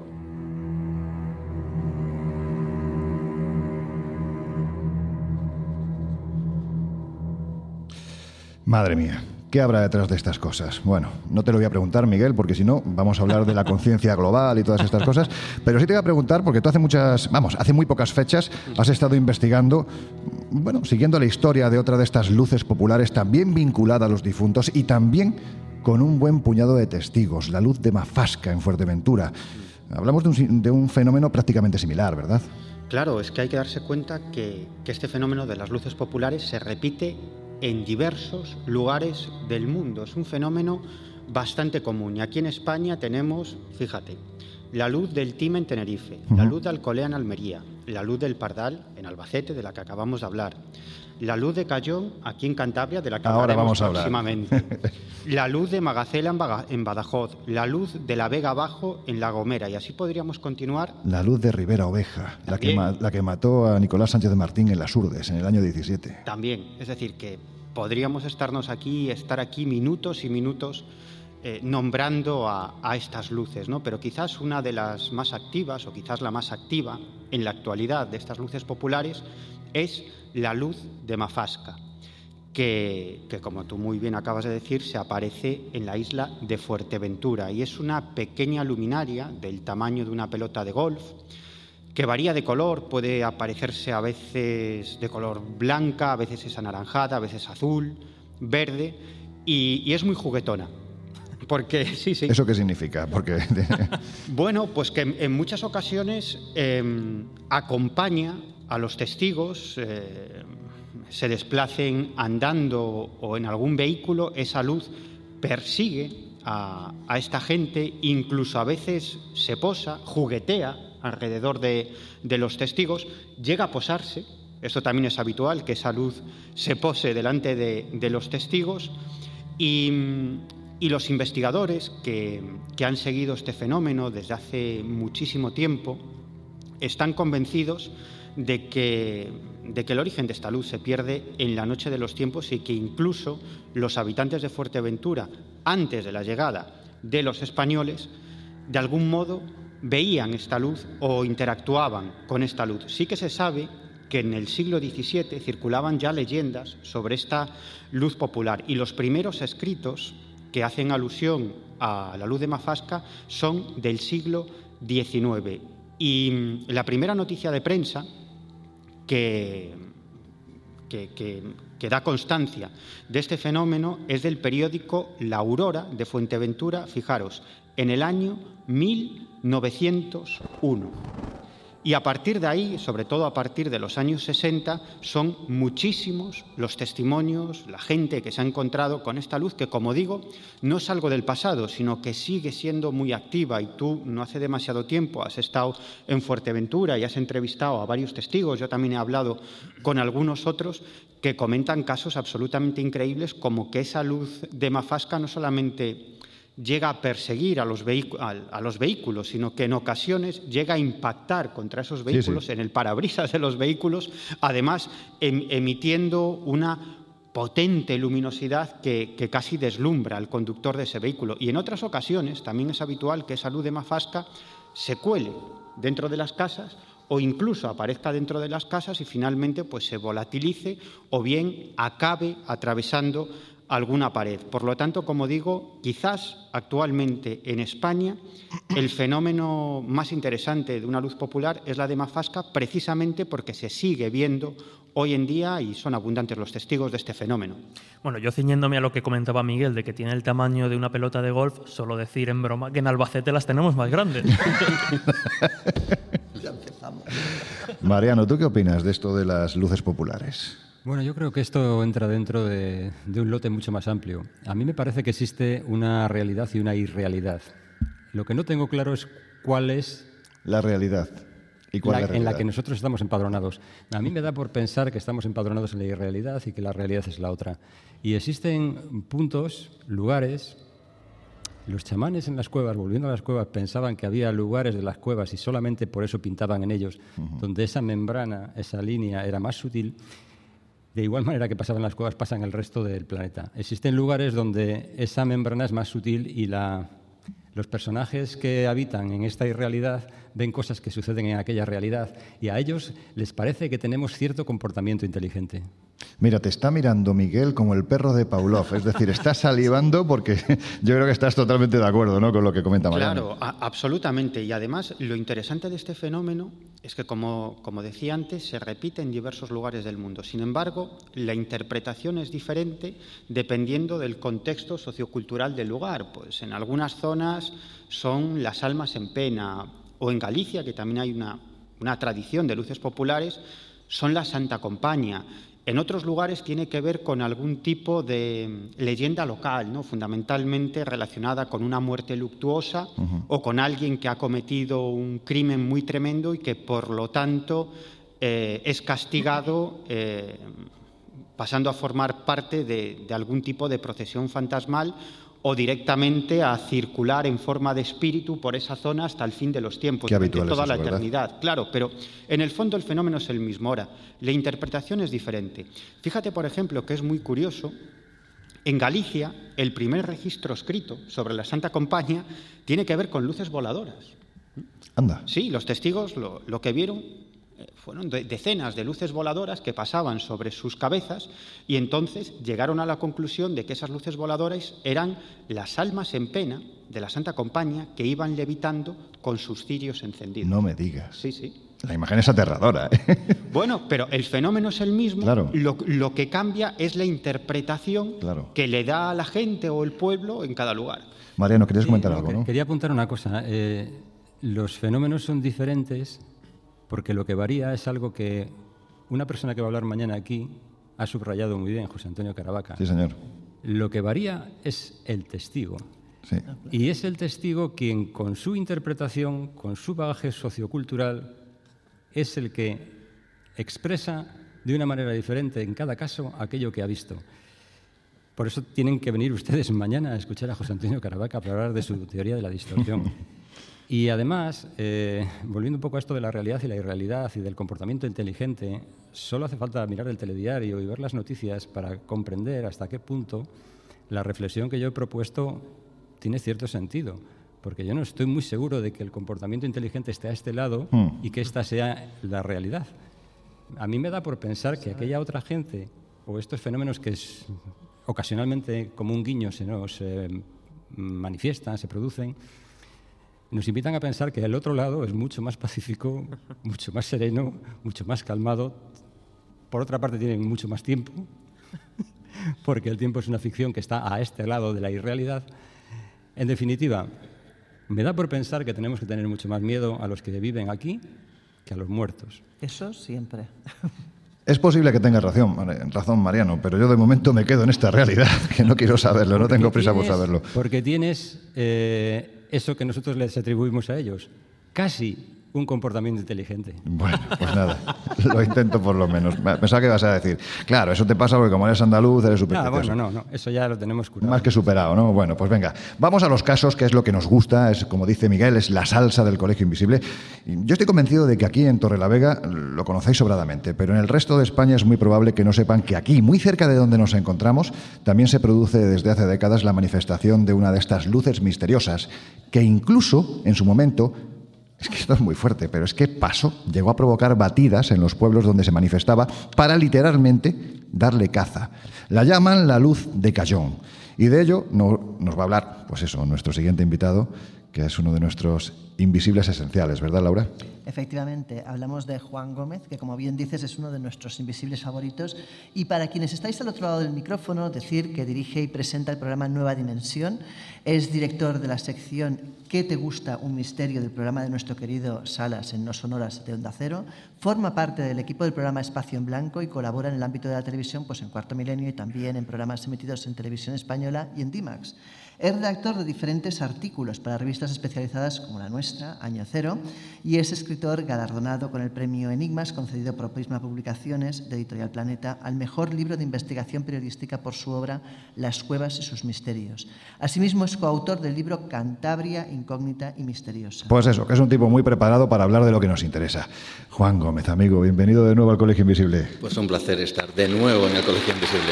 Madre mía, ¿qué habrá detrás de estas cosas? Bueno, no te lo voy a preguntar, Miguel, porque si no vamos a hablar de la conciencia global y todas estas cosas, pero sí te voy a preguntar, porque tú hace muy pocas fechas has estado investigando, bueno, siguiendo la historia de otra de estas luces populares también vinculada a los difuntos y también con un buen puñado de testigos, la luz de Mafasca en Fuerteventura. Hablamos de un fenómeno prácticamente similar, ¿verdad? Claro, es que hay que darse cuenta que este fenómeno de las luces populares se repite en diversos lugares del mundo. Es un fenómeno bastante común. Y aquí en España tenemos, fíjate, la luz del Time en Tenerife, la luz de Alcolea en Almería, la luz del Pardal en Albacete, de la que acabamos de hablar, la luz de Cayón aquí en Cantabria, de la que hablaremos próximamente, la luz de Magacela en Badajoz, la luz de la Vega Bajo en La Gomera, y así podríamos continuar. La luz de Ribera Oveja, la que mató a Nicolás Sánchez de Martín en Las Urdes en el año 17. También, es decir, que podríamos estar aquí minutos y minutos nombrando a estas luces, ¿no? Pero quizás una de las más activas, o quizás la más activa en la actualidad de estas luces populares, es la luz de Mafasca, que como tú muy bien acabas de decir, se aparece en la isla de Fuerteventura, y es una pequeña luminaria del tamaño de una pelota de golf, que varía de color, puede aparecerse a veces de color blanca, a veces es anaranjada, a veces azul, verde, y es muy juguetona. Porque sí. ¿Eso qué significa? Porque bueno, pues que en muchas ocasiones acompaña a los testigos, se desplacen andando o en algún vehículo, esa luz persigue a esta gente, incluso a veces se posa, juguetea alrededor de los testigos, llega a posarse, esto también es habitual, que esa luz se pose delante de los testigos, y los investigadores que han seguido este fenómeno desde hace muchísimo tiempo están convencidos de que el origen de esta luz se pierde en la noche de los tiempos, y que incluso los habitantes de Fuerteventura, antes de la llegada de los españoles, de algún modo veían esta luz o interactuaban con esta luz. Sí que se sabe que en el siglo XVII circulaban ya leyendas sobre esta luz popular, y los primeros escritos que hacen alusión a la luz de Mafasca son del siglo XIX. Y la primera noticia de prensa que da constancia de este fenómeno es del periódico La Aurora de Fuerteventura, fijaros, en el año 1901. Y a partir de ahí, sobre todo a partir de los años 60, son muchísimos los testimonios, la gente que se ha encontrado con esta luz, que, como digo, no es algo del pasado, sino que sigue siendo muy activa. Y tú, no hace demasiado tiempo, has estado en Fuerteventura y has entrevistado a varios testigos. Yo también he hablado con algunos otros que comentan casos absolutamente increíbles, como que esa luz de Mafasca no solamente llega a perseguir a los vehículos, sino que en ocasiones llega a impactar contra esos vehículos, en el parabrisas de los vehículos, además emitiendo una potente luminosidad que casi deslumbra al conductor de ese vehículo. Y en otras ocasiones también es habitual que esa luz de Mafasca se cuele dentro de las casas, o incluso aparezca dentro de las casas y finalmente pues se volatilice o bien acabe atravesando alguna pared. Por lo tanto, como digo, quizás actualmente en España el fenómeno más interesante de una luz popular es la de Mafasca, precisamente porque se sigue viendo hoy en día y son abundantes los testigos de este fenómeno. Bueno, yo ciñéndome a lo que comentaba Miguel, de que tiene el tamaño de una pelota de golf, solo decir en broma que en Albacete las tenemos más grandes. Ya empezamos. Mariano, ¿tú qué opinas de esto de las luces populares? Bueno, yo creo que esto entra dentro de un lote mucho más amplio. A mí me parece que existe una realidad y una irrealidad. Lo que no tengo claro es cuál es la realidad y cuál es la realidad en la que nosotros estamos empadronados. A mí me da por pensar que estamos empadronados en la irrealidad y que la realidad es la otra. Y existen puntos, lugares. Los chamanes en las cuevas, volviendo a las cuevas, pensaban que había lugares de las cuevas y solamente por eso pintaban en ellos, donde esa membrana, esa línea era más sutil. De igual manera que pasaba en las cuevas, pasa en el resto del planeta. Existen lugares donde esa membrana es más sutil y los personajes que habitan en esta irrealidad ven cosas que suceden en aquella realidad y a ellos les parece que tenemos cierto comportamiento inteligente. Mira, te está mirando Miguel como el perro de Pavlov, es decir, estás salivando porque yo creo que estás totalmente de acuerdo, ¿no?, con lo que comenta Mariano. Claro, absolutamente. Y además, lo interesante de este fenómeno es que, como decía antes, se repite en diversos lugares del mundo. Sin embargo, la interpretación es diferente dependiendo del contexto sociocultural del lugar. Pues en algunas zonas son las almas en pena, o en Galicia, que también hay una tradición de luces populares, son la Santa Compañía. En otros lugares tiene que ver con algún tipo de leyenda local, ¿no?, fundamentalmente relacionada con una muerte luctuosa o con alguien que ha cometido un crimen muy tremendo y que, por lo tanto, es castigado pasando a formar parte de algún tipo de procesión fantasmal o directamente a circular en forma de espíritu por esa zona hasta el fin de los tiempos, durante toda la ¿verdad? eternidad. Claro, pero en el fondo el fenómeno es el mismo. Ahora, la interpretación es diferente. Fíjate, por ejemplo, que es muy curioso, en Galicia el primer registro escrito sobre la Santa Compañía tiene que ver con luces voladoras. Anda. Sí, los testigos lo que vieron fueron decenas de luces voladoras que pasaban sobre sus cabezas y entonces llegaron a la conclusión de que esas luces voladoras eran las almas en pena de la Santa Compañía que iban levitando con sus cirios encendidos. No me digas. Sí, sí. La imagen es aterradora, ¿eh? Bueno, pero el fenómeno es el mismo. Claro. Lo que cambia es la interpretación que le da a la gente o el pueblo en cada lugar. Mariano, ¿querías comentar algo, no? Quería apuntar una cosa. Los fenómenos son diferentes porque lo que varía es algo que una persona que va a hablar mañana aquí ha subrayado muy bien, José Antonio Caravaca. Sí, señor. Lo que varía es el testigo. Sí. Y es el testigo quien, con su interpretación, con su bagaje sociocultural, es el que expresa de una manera diferente en cada caso aquello que ha visto. Por eso tienen que venir ustedes mañana a escuchar a José Antonio Caravaca para hablar de su teoría de la distorsión. Y además, volviendo un poco a esto de la realidad y la irrealidad y del comportamiento inteligente, solo hace falta mirar el telediario y ver las noticias para comprender hasta qué punto la reflexión que yo he propuesto tiene cierto sentido. Porque yo no estoy muy seguro de que el comportamiento inteligente esté a este lado y que esta sea la realidad. A mí me da por pensar que aquella otra gente o estos fenómenos que ocasionalmente como un guiño se nos manifiestan, se producen, nos invitan a pensar que el otro lado es mucho más pacífico, mucho más sereno, mucho más calmado. Por otra parte, tienen mucho más tiempo, porque el tiempo es una ficción que está a este lado de la irrealidad. En definitiva, me da por pensar que tenemos que tener mucho más miedo a los que viven aquí que a los muertos. Eso siempre. Es posible que tengas razón, Mariano, pero yo de momento me quedo en esta realidad, que no quiero saberlo, no tengo prisa por saberlo. Porque tienes eso que nosotros les atribuimos a ellos, casi un comportamiento inteligente. Bueno, pues nada, lo intento por lo menos. Pensaba que ibas a decir, claro, eso te pasa porque como eres andaluz, eres supersticioso. No, eso ya lo tenemos curado. Más que superado, ¿no? Bueno, pues venga, vamos a los casos, que es lo que nos gusta, es como dice Miguel, es la salsa del Colegio Invisible. Yo estoy convencido de que aquí en Torrelavega lo conocéis sobradamente, pero en el resto de España es muy probable que no sepan que aquí, muy cerca de donde nos encontramos, también se produce desde hace décadas la manifestación de una de estas luces misteriosas, que incluso, en su momento, es que esto es muy fuerte, pero es que llegó a provocar batidas en los pueblos donde se manifestaba para literalmente darle caza. La llaman la luz de Cayón. Y de ello nos va a hablar, pues eso, nuestro siguiente invitado, que es uno de nuestros invisibles esenciales, ¿verdad, Laura? Efectivamente, hablamos de Juan Gómez, que como bien dices es uno de nuestros invisibles favoritos. Y para quienes estáis al otro lado del micrófono, decir que dirige y presenta el programa Nueva Dimensión, es director de la sección ¿Qué te gusta? Un misterio del programa de nuestro querido Salas en No Sonoras de Onda Cero, forma parte del equipo del programa Espacio en Blanco y colabora en el ámbito de la televisión pues en Cuarto Milenio y también en programas emitidos en Televisión Española y en D-Max. Es redactor de diferentes artículos para revistas especializadas como la nuestra, Año Cero, y es escritor galardonado con el premio Enigmas, concedido por Prisma Publicaciones de Editorial Planeta, al mejor libro de investigación periodística por su obra Las cuevas y sus misterios. Asimismo, es coautor del libro Cantabria, incógnita y misteriosa. Pues eso, que es un tipo muy preparado para hablar de lo que nos interesa. Juan Gómez, amigo, bienvenido de nuevo al Colegio Invisible. Pues un placer estar de nuevo en el Colegio Invisible.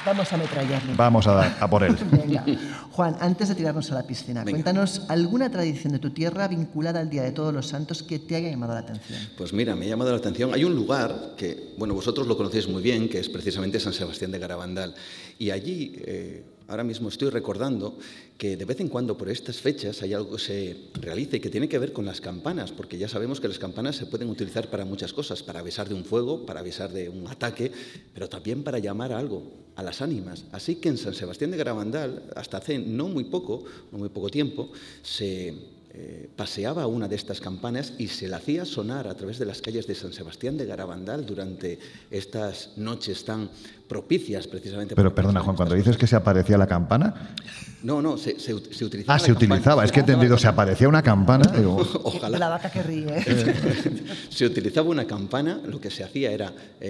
Vamos a ametrallarle. Vamos a por él. Venga. Juan, antes de tirarnos a la piscina, cuéntanos alguna tradición de tu tierra vinculada al Día de Todos los Santos que te haya llamado la atención. Pues mira, me ha llamado la atención. Hay un lugar que, bueno, vosotros lo conocéis muy bien, que es precisamente San Sebastián de Garabandal. Y allí, ahora mismo estoy recordando que de vez en cuando por estas fechas hay algo que se realiza y que tiene que ver con las campanas, porque ya sabemos que las campanas se pueden utilizar para muchas cosas, para avisar de un fuego, para avisar de un ataque, pero también para llamar a algo, a las ánimas. Así que en San Sebastián de Garabandal, hasta hace no muy poco tiempo, se paseaba una de estas campanas y se la hacía sonar a través de las calles de San Sebastián de Garabandal durante estas noches tan propicias precisamente. Pero perdona, Juan, cuando dices que se aparecía la campana... No, se utilizaba. Ah, se utilizaba. Es que he entendido, se aparecamente una campana. Digo... Ojalá. La vaca que ríe. Se utilizaba una campana, lo que se hacía era,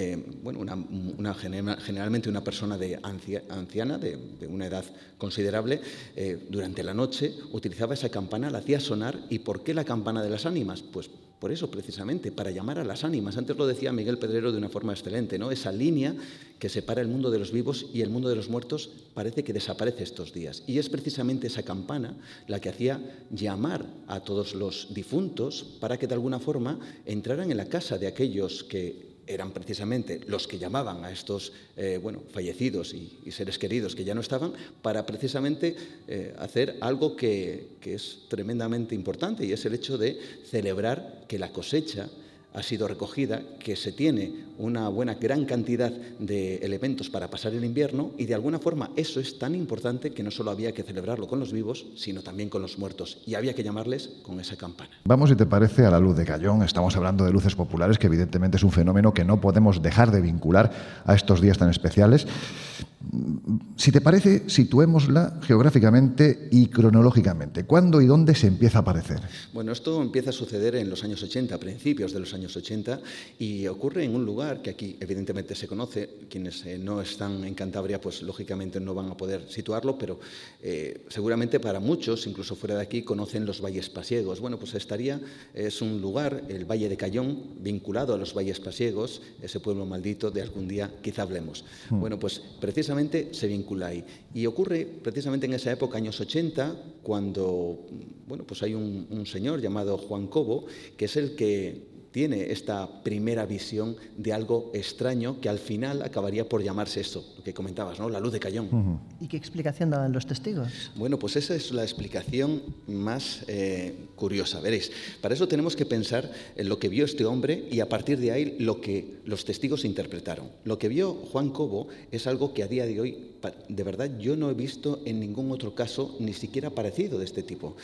generalmente una persona anciana, de una edad considerable, durante la noche utilizaba esa campana, la hacía sonar. ¿Y por qué la campana de las ánimas? Pues por eso, precisamente, para llamar a las ánimas. Antes lo decía Miguel Pedrero de una forma excelente, ¿no? Esa línea que separa el mundo de los vivos y el mundo de los muertos parece que desaparece estos días. Y es precisamente esa campana la que hacía llamar a todos los difuntos para que de alguna forma entraran en la casa de aquellos que eran precisamente los que llamaban a estos fallecidos y seres queridos que ya no estaban, para precisamente hacer algo que es tremendamente importante, y es el hecho de celebrar que la cosecha ha sido recogida, que se tiene una gran cantidad de elementos para pasar el invierno, y de alguna forma eso es tan importante que no solo había que celebrarlo con los vivos, sino también con los muertos, y había que llamarles con esa campana. Vamos, si te parece, a la luz de Cayón. Estamos hablando de luces populares, que evidentemente es un fenómeno que no podemos dejar de vincular a estos días tan especiales. Si te parece, situémosla geográficamente y cronológicamente. ¿Cuándo y dónde se empieza a aparecer? Bueno, esto empieza a suceder en los años 80, principios de los años 80, y ocurre en un lugar que aquí evidentemente se conoce. Quienes no están en Cantabria, pues lógicamente no van a poder situarlo, pero seguramente para muchos, incluso fuera de aquí, conocen los Valles Pasiegos. Bueno, pues es un lugar, el Valle de Cayón, vinculado a los Valles Pasiegos, ese pueblo maldito de algún día quizá hablemos. Bueno, pues precisamente se vincula ahí. Y ocurre precisamente en esa época, años 80, cuando pues hay un señor llamado Juan Cobo, que es el que tiene esta primera visión de algo extraño que al final acabaría por llamarse esto, lo que comentabas, ¿no? La luz de Cayón. ¿Y qué explicación daban los testigos? Bueno, pues esa es la explicación más curiosa. Veréis, para eso tenemos que pensar en lo que vio este hombre y a partir de ahí lo que los testigos interpretaron. Lo que vio Juan Cobo es algo que a día de hoy, de verdad, yo no he visto en ningún otro caso ni siquiera parecido de este tipo.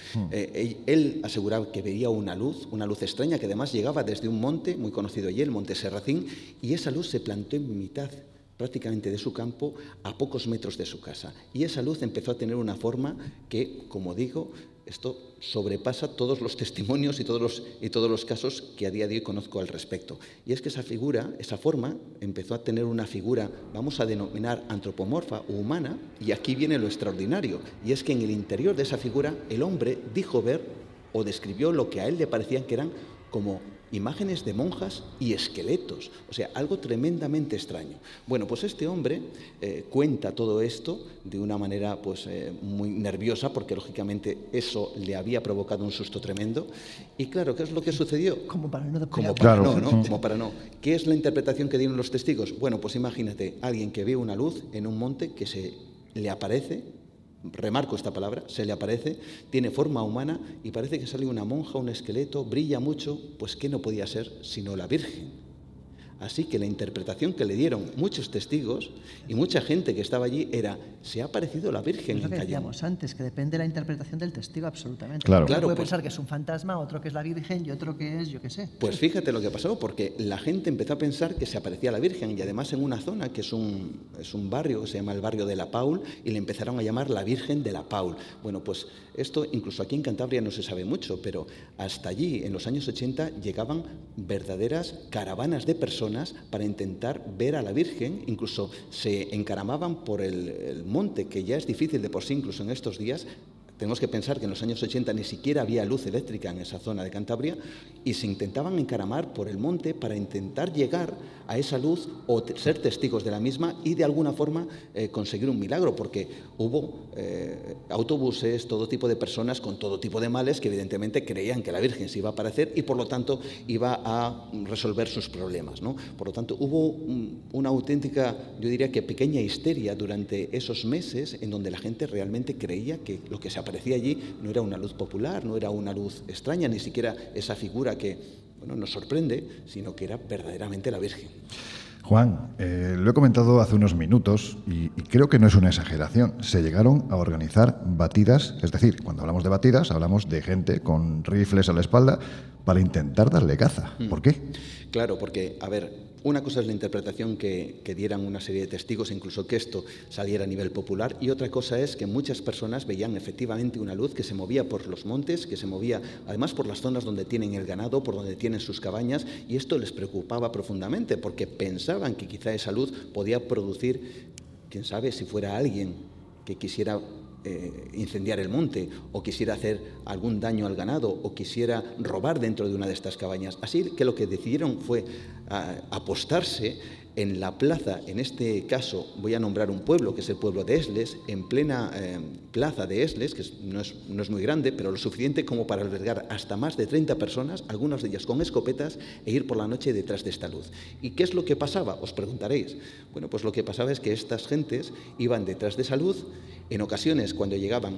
Él aseguraba que veía una luz extraña que además llegaba desde un monte muy conocido allí, el Monte Serracín, y esa luz se plantó en mitad prácticamente de su campo, a pocos metros de su casa. Y esa luz empezó a tener una forma que, como digo, esto sobrepasa todos los testimonios y todos los casos que a día de hoy conozco al respecto. Y es que esa figura, esa forma, empezó a tener una figura, vamos a denominar antropomorfa o humana, y aquí viene lo extraordinario, y es que en el interior de esa figura el hombre dijo ver o describió lo que a él le parecían que eran como imágenes de monjas y esqueletos, o sea, algo tremendamente extraño. Bueno, pues este hombre cuenta todo esto de una manera muy nerviosa, porque lógicamente eso le había provocado un susto tremendo. Y claro, ¿qué es lo que sucedió? Como para no. Como para no. ¿Qué es la interpretación que dieron los testigos? Bueno, pues imagínate, alguien que ve una luz en un monte que se le aparece. Remarco esta palabra, se le aparece, tiene forma humana y parece que sale una monja, un esqueleto, brilla mucho, pues ¿qué no podía ser sino la Virgen? Así que la interpretación que le dieron muchos testigos y mucha gente que estaba allí era: se ha aparecido la Virgen en Cayón. Lo que decíamos antes, que depende de la interpretación del testigo absolutamente. Claro. Uno puede pensar que es un fantasma, otro que es la Virgen y otro que es, yo qué sé. Pues fíjate lo que pasó, porque la gente empezó a pensar que se aparecía la Virgen, y además en una zona que es un barrio que se llama el barrio de La Paul, y le empezaron a llamar la Virgen de La Paul. Bueno, pues esto incluso aquí en Cantabria no se sabe mucho, pero hasta allí, en los años 80, llegaban verdaderas caravanas de personas para intentar ver a la Virgen. Incluso se encaramaban por el monte, que ya es difícil de por sí, incluso en estos días, tenemos que pensar que en los años 80 ni siquiera había luz eléctrica en esa zona de Cantabria y se intentaban encaramar por el monte para intentar llegar a esa luz o ser testigos de la misma y de alguna forma conseguir un milagro, porque hubo autobuses, todo tipo de personas con todo tipo de males que evidentemente creían que la Virgen se iba a aparecer y por lo tanto iba a resolver sus problemas, ¿no? Por lo tanto hubo una auténtica, yo diría que pequeña histeria durante esos meses en donde la gente realmente creía que lo que se aparecía allí no era una luz popular, no era una luz extraña, ni siquiera esa figura que nos sorprende, sino que era verdaderamente la Virgen. Juan, lo he comentado hace unos minutos y creo que no es una exageración. Se llegaron a organizar batidas, es decir, cuando hablamos de batidas hablamos de gente con rifles a la espalda para intentar darle caza. ¿Por qué? Claro, porque, a ver, una cosa es la interpretación que dieran una serie de testigos, incluso que esto saliera a nivel popular, y otra cosa es que muchas personas veían efectivamente una luz que se movía por los montes, que se movía además por las zonas donde tienen el ganado, por donde tienen sus cabañas, y esto les preocupaba profundamente porque pensaban que quizá esa luz podía producir, quién sabe, si fuera alguien que quisiera incendiar el monte o quisiera hacer algún daño al ganado o quisiera robar dentro de una de estas cabañas. Así que lo que decidieron fue apostarse en la plaza, en este caso voy a nombrar un pueblo, que es el pueblo de Esles, en plena plaza de Esles, que no es muy grande, pero lo suficiente como para albergar hasta más de 30 personas, algunas de ellas con escopetas, e ir por la noche detrás de esta luz. ¿Y qué es lo que pasaba? Os preguntaréis. Bueno, pues lo que pasaba es que estas gentes iban detrás de esa luz. En ocasiones, cuando llegaban,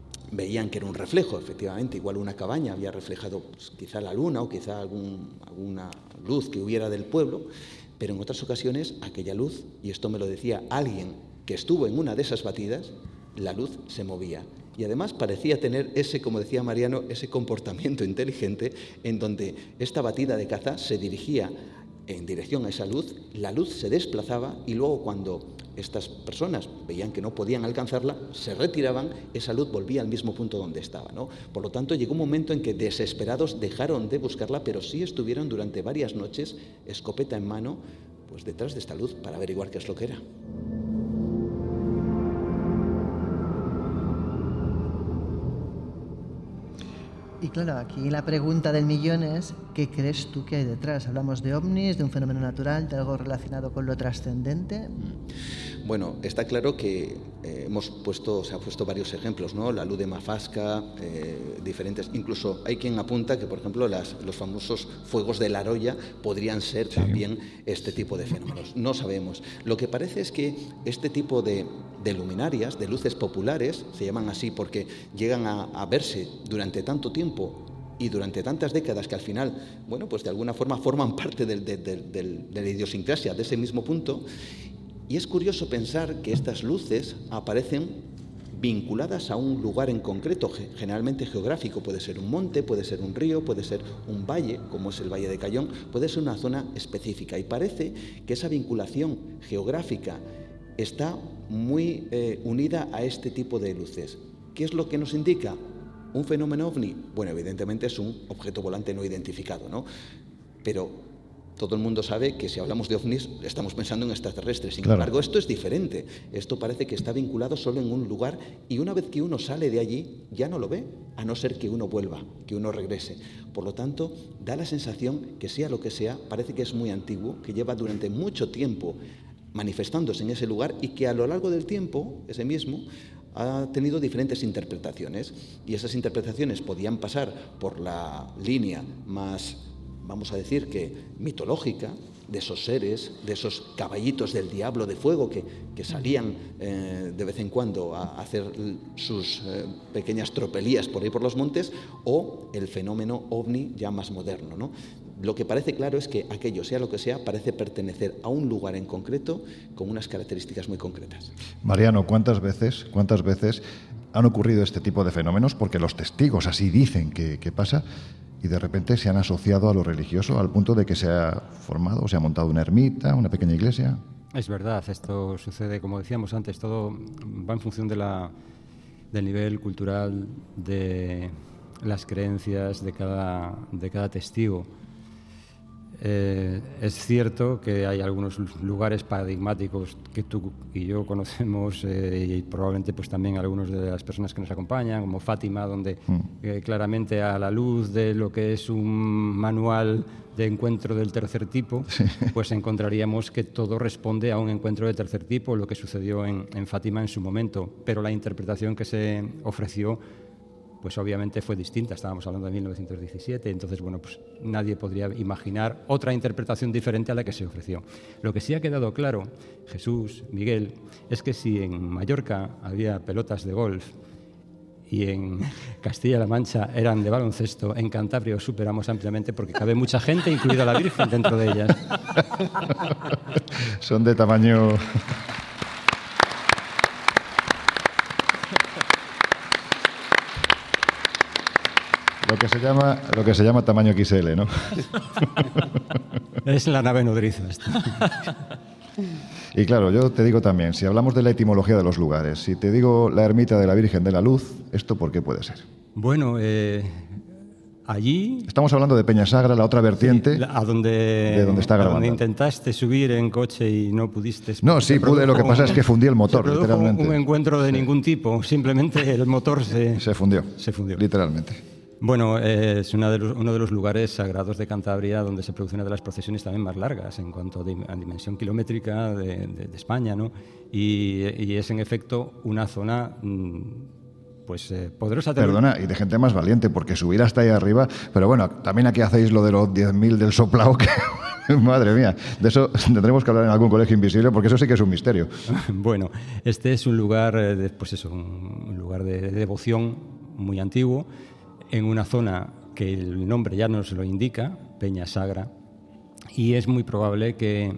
veían que era un reflejo, efectivamente, igual una cabaña había reflejado pues, quizá la luna o quizá alguna luz que hubiera del pueblo, pero en otras ocasiones aquella luz, y esto me lo decía alguien que estuvo en una de esas batidas, la luz se movía. Y además parecía tener ese, como decía Mariano, ese comportamiento inteligente en donde esta batida de caza se dirigía en dirección a esa luz, la luz se desplazaba y luego cuando estas personas veían que no podían alcanzarla, se retiraban, esa luz volvía al mismo punto donde estaba, ¿no? Por lo tanto, llegó un momento en que desesperados dejaron de buscarla, pero sí estuvieron durante varias noches, escopeta en mano, pues detrás de esta luz para averiguar qué es lo que era. Y claro, aquí la pregunta del millón es, ¿qué crees tú que hay detrás? ¿Hablamos de ovnis, de un fenómeno natural, de algo relacionado con lo trascendente? Bueno, está claro que se han puesto varios ejemplos, ¿no? La luz de Mafasca, diferentes. Incluso hay quien apunta que, por ejemplo, los famosos fuegos de la Aroya podrían ser también este tipo de fenómenos. No sabemos. Lo que parece es que este tipo de luminarias, de luces populares, se llaman así porque llegan a verse durante tanto tiempo y durante tantas décadas que al final, bueno, pues de alguna forma forman parte de la idiosincrasia de ese mismo punto. Y es curioso pensar que estas luces aparecen vinculadas a un lugar en concreto, generalmente geográfico. Puede ser un monte, puede ser un río, puede ser un valle, como es el Valle de Cayón, puede ser una zona específica. Y parece que esa vinculación geográfica está muy unida a este tipo de luces. ¿Qué es lo que nos indica? ¿Un fenómeno ovni? Bueno, evidentemente es un objeto volante no identificado, ¿no? Pero todo el mundo sabe que si hablamos de ovnis estamos pensando en extraterrestres. Sin embargo, esto es diferente. Esto parece que está vinculado solo en un lugar y una vez que uno sale de allí ya no lo ve, a no ser que uno vuelva, que uno regrese. Por lo tanto, da la sensación que sea lo que sea, parece que es muy antiguo, que lleva durante mucho tiempo manifestándose en ese lugar y que a lo largo del tiempo, ese mismo, ha tenido diferentes interpretaciones. Y esas interpretaciones podían pasar por la línea más, vamos a decir que mitológica, de esos seres, de esos caballitos del diablo de fuego que salían de vez en cuando a hacer sus pequeñas tropelías por ahí por los montes, o el fenómeno ovni ya más moderno, ¿no? Lo que parece claro es que aquello, sea lo que sea, parece pertenecer a un lugar en concreto con unas características muy concretas. Mariano, ¿cuántas veces han ocurrido este tipo de fenómenos? Porque los testigos así dicen que pasa y de repente se han asociado a lo religioso al punto de que se ha formado o se ha montado una ermita, una pequeña iglesia. Es verdad, esto sucede, como decíamos antes, todo va en función del nivel cultural, de las creencias de cada testigo. Es cierto que hay algunos lugares paradigmáticos que tú y yo conocemos y probablemente pues también algunos de las personas que nos acompañan, como Fátima, donde claramente a la luz de lo que es un manual de encuentro del tercer tipo, pues encontraríamos que todo responde a un encuentro de tercer tipo, lo que sucedió en Fátima en su momento, pero la interpretación que se ofreció pues obviamente fue distinta. Estábamos hablando de 1917, entonces bueno, pues nadie podría imaginar otra interpretación diferente a la que se ofreció. Lo que sí ha quedado claro, Jesús, Miguel, es que si en Mallorca había pelotas de golf y en Castilla-La Mancha eran de baloncesto, en Cantabria os superamos ampliamente porque cabe mucha gente, incluida la Virgen, dentro de ellas. Son de tamaño... Lo que se llama tamaño XL, ¿no? Es la nave nodriza. Y claro, yo te digo también, si hablamos de la etimología de los lugares, si te digo la ermita de la Virgen de la Luz, ¿esto por qué puede ser? Bueno, allí... Estamos hablando de Peñasagra, la otra vertiente, sí, de donde está grabando. Donde intentaste subir en coche y no pudiste... No, sí pude, lo que pasa es que fundí el motor, literalmente. Un encuentro de ningún tipo, simplemente el motor se fundió. Literalmente. Bueno, es uno de los lugares sagrados de Cantabria donde se produce una de las procesiones también más largas en cuanto a dimensión kilométrica de España, ¿no? Y es en efecto una zona pues poderosa. Perdona, y de gente más valiente, porque subir hasta ahí arriba, pero bueno, también aquí hacéis lo de los 10.000 del soplao, que madre mía, de eso tendremos que hablar en algún colegio invisible, porque eso sí que es un misterio. Bueno, este es un lugar, un lugar de devoción muy antiguo, en una zona que el nombre ya nos lo indica, Peñasagra, y es muy probable que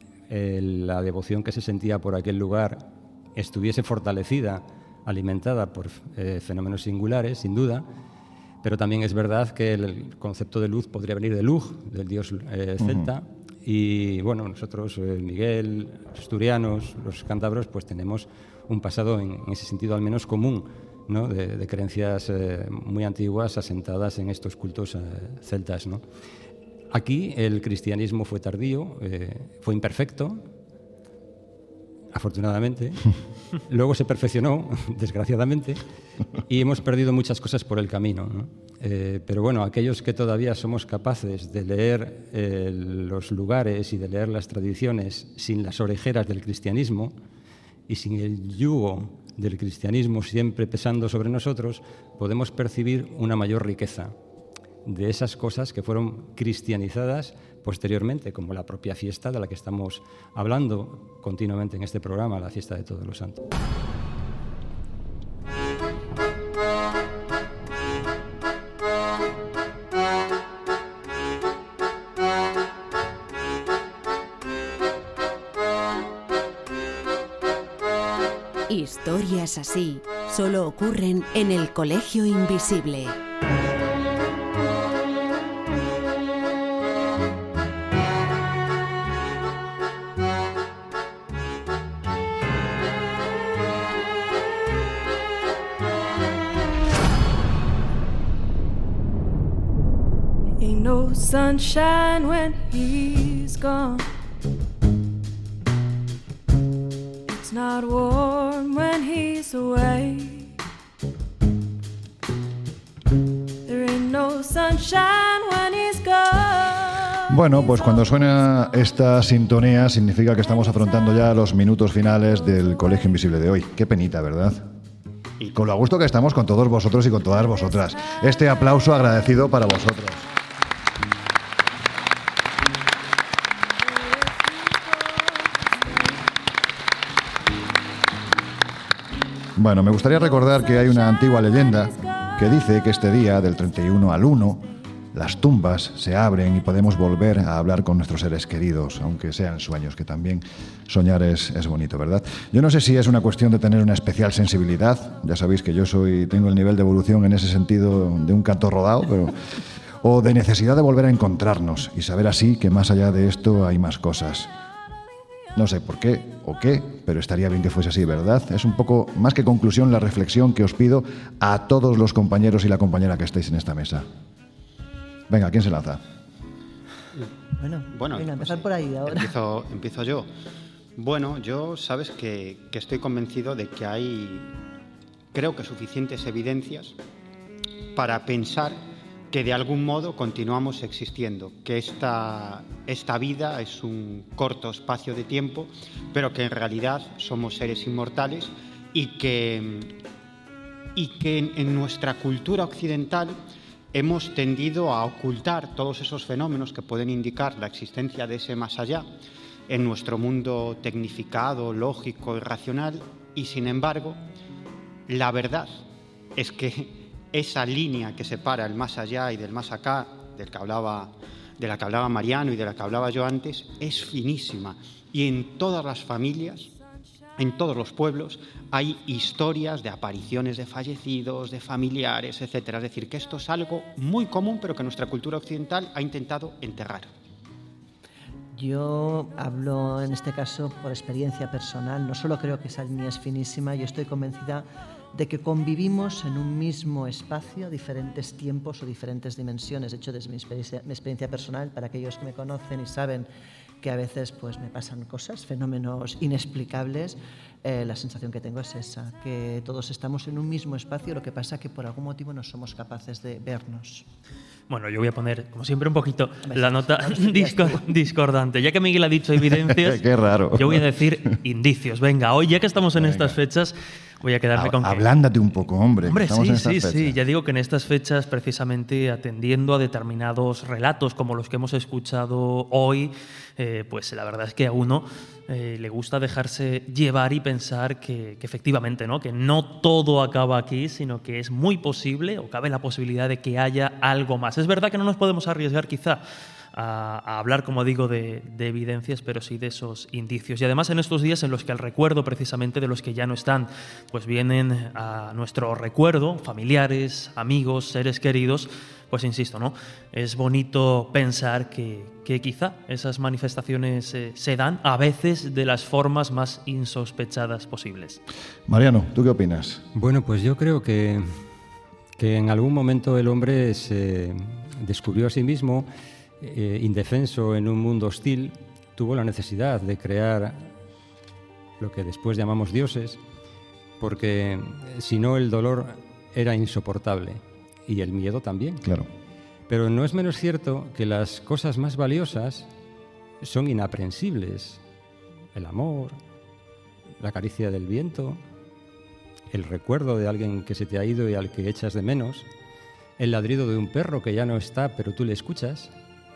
la devoción que se sentía por aquel lugar estuviese fortalecida, alimentada por fenómenos singulares, sin duda, pero también es verdad que el concepto de luz podría venir de Lug, del dios celta, y bueno, nosotros, Miguel, los asturianos, los cántabros, pues tenemos un pasado en ese sentido al menos común, ¿no? de creencias muy antiguas asentadas en estos cultos celtas, ¿no? Aquí el cristianismo fue tardío, fue imperfecto, afortunadamente. Luego se perfeccionó, desgraciadamente, y hemos perdido muchas cosas por el camino, ¿no? Pero bueno, aquellos que todavía somos capaces de leer los lugares y de leer las tradiciones sin las orejeras del cristianismo y sin el yugo del cristianismo siempre pesando sobre nosotros, podemos percibir una mayor riqueza de esas cosas que fueron cristianizadas posteriormente, como la propia fiesta de la que estamos hablando continuamente en este programa, la fiesta de Todos los Santos. Historias así solo ocurren en el Colegio Invisible. Ain't no sunshine when he's gone. It's not warm when he's away. There ain't no sunshine when he's gone. Bueno, pues cuando suena esta sintonía significa que estamos afrontando ya los minutos finales del Colegio Invisible de hoy. Qué penita, ¿verdad? Y con lo a gusto que estamos con todos vosotros y con todas vosotras. Este aplauso agradecido para vosotros. Bueno, me gustaría recordar que hay una antigua leyenda que dice que este día, del 31 al 1, las tumbas se abren y podemos volver a hablar con nuestros seres queridos, aunque sean sueños, que también soñar es bonito, ¿verdad? Yo no sé si es una cuestión de tener una especial sensibilidad, ya sabéis que yo tengo el nivel de evolución en ese sentido de un canto rodado, o de necesidad de volver a encontrarnos y saber así que más allá de esto hay más cosas. No sé por qué o qué, pero estaría bien que fuese así, ¿verdad? Es un poco, más que conclusión, la reflexión que os pido a todos los compañeros y la compañera que estéis en esta mesa. Venga, ¿quién se lanza? Bueno, venga, empezar por ahí ahora. Empiezo yo. Bueno, yo sabes que estoy convencido de que hay, creo que suficientes evidencias para pensar que de algún modo continuamos existiendo, que esta vida es un corto espacio de tiempo, pero que en realidad somos seres inmortales y que en nuestra cultura occidental hemos tendido a ocultar todos esos fenómenos que pueden indicar la existencia de ese más allá en nuestro mundo tecnificado, lógico y racional, y sin embargo, la verdad es que esa línea que separa el más allá y del más acá, de la que hablaba Mariano y de la que hablaba yo antes, es finísima. Y en todas las familias, en todos los pueblos, hay historias de apariciones de fallecidos, de familiares, etcétera. Es decir, que esto es algo muy común, pero que nuestra cultura occidental ha intentado enterrar. Yo hablo en este caso por experiencia personal. No solo creo que esa línea es finísima, yo estoy convencida de que convivimos en un mismo espacio, diferentes tiempos o diferentes dimensiones. De hecho, desde mi experiencia personal, para aquellos que me conocen y saben que a veces pues, me pasan cosas, fenómenos inexplicables, la sensación que tengo es esa, que todos estamos en un mismo espacio, lo que pasa que por algún motivo no somos capaces de vernos. Bueno, yo voy a poner, como siempre, un poquito la nota discordante. Ya que Miguel ha dicho evidencias, qué raro. Yo voy a decir indicios. Venga, hoy ya que estamos en estas fechas, voy a quedarme con que... Ablándate un poco, hombre. Hombre, sí. Ya digo que en estas fechas, precisamente atendiendo a determinados relatos como los que hemos escuchado hoy, pues la verdad es que a uno le gusta dejarse llevar y pensar que efectivamente, ¿no? Que no todo acaba aquí, sino que es muy posible o cabe la posibilidad de que haya algo más. Es verdad que no nos podemos arriesgar quizá a hablar, como digo, de evidencias, pero sí de esos indicios. Y además en estos días en los que el recuerdo precisamente de los que ya no están, pues vienen a nuestro recuerdo, familiares, amigos, seres queridos, pues insisto, ¿no? Es bonito pensar que quizá esas manifestaciones se dan a veces de las formas más insospechadas posibles. Mariano, ¿tú qué opinas? Bueno, pues yo creo que en algún momento el hombre se descubrió a sí mismo indefenso en un mundo hostil, tuvo la necesidad de crear lo que después llamamos dioses, porque si no el dolor era insoportable y el miedo también. Claro. Pero no es menos cierto que las cosas más valiosas son inaprensibles. El amor, la caricia del viento, el recuerdo de alguien que se te ha ido y al que echas de menos, el ladrido de un perro que ya no está pero tú le escuchas.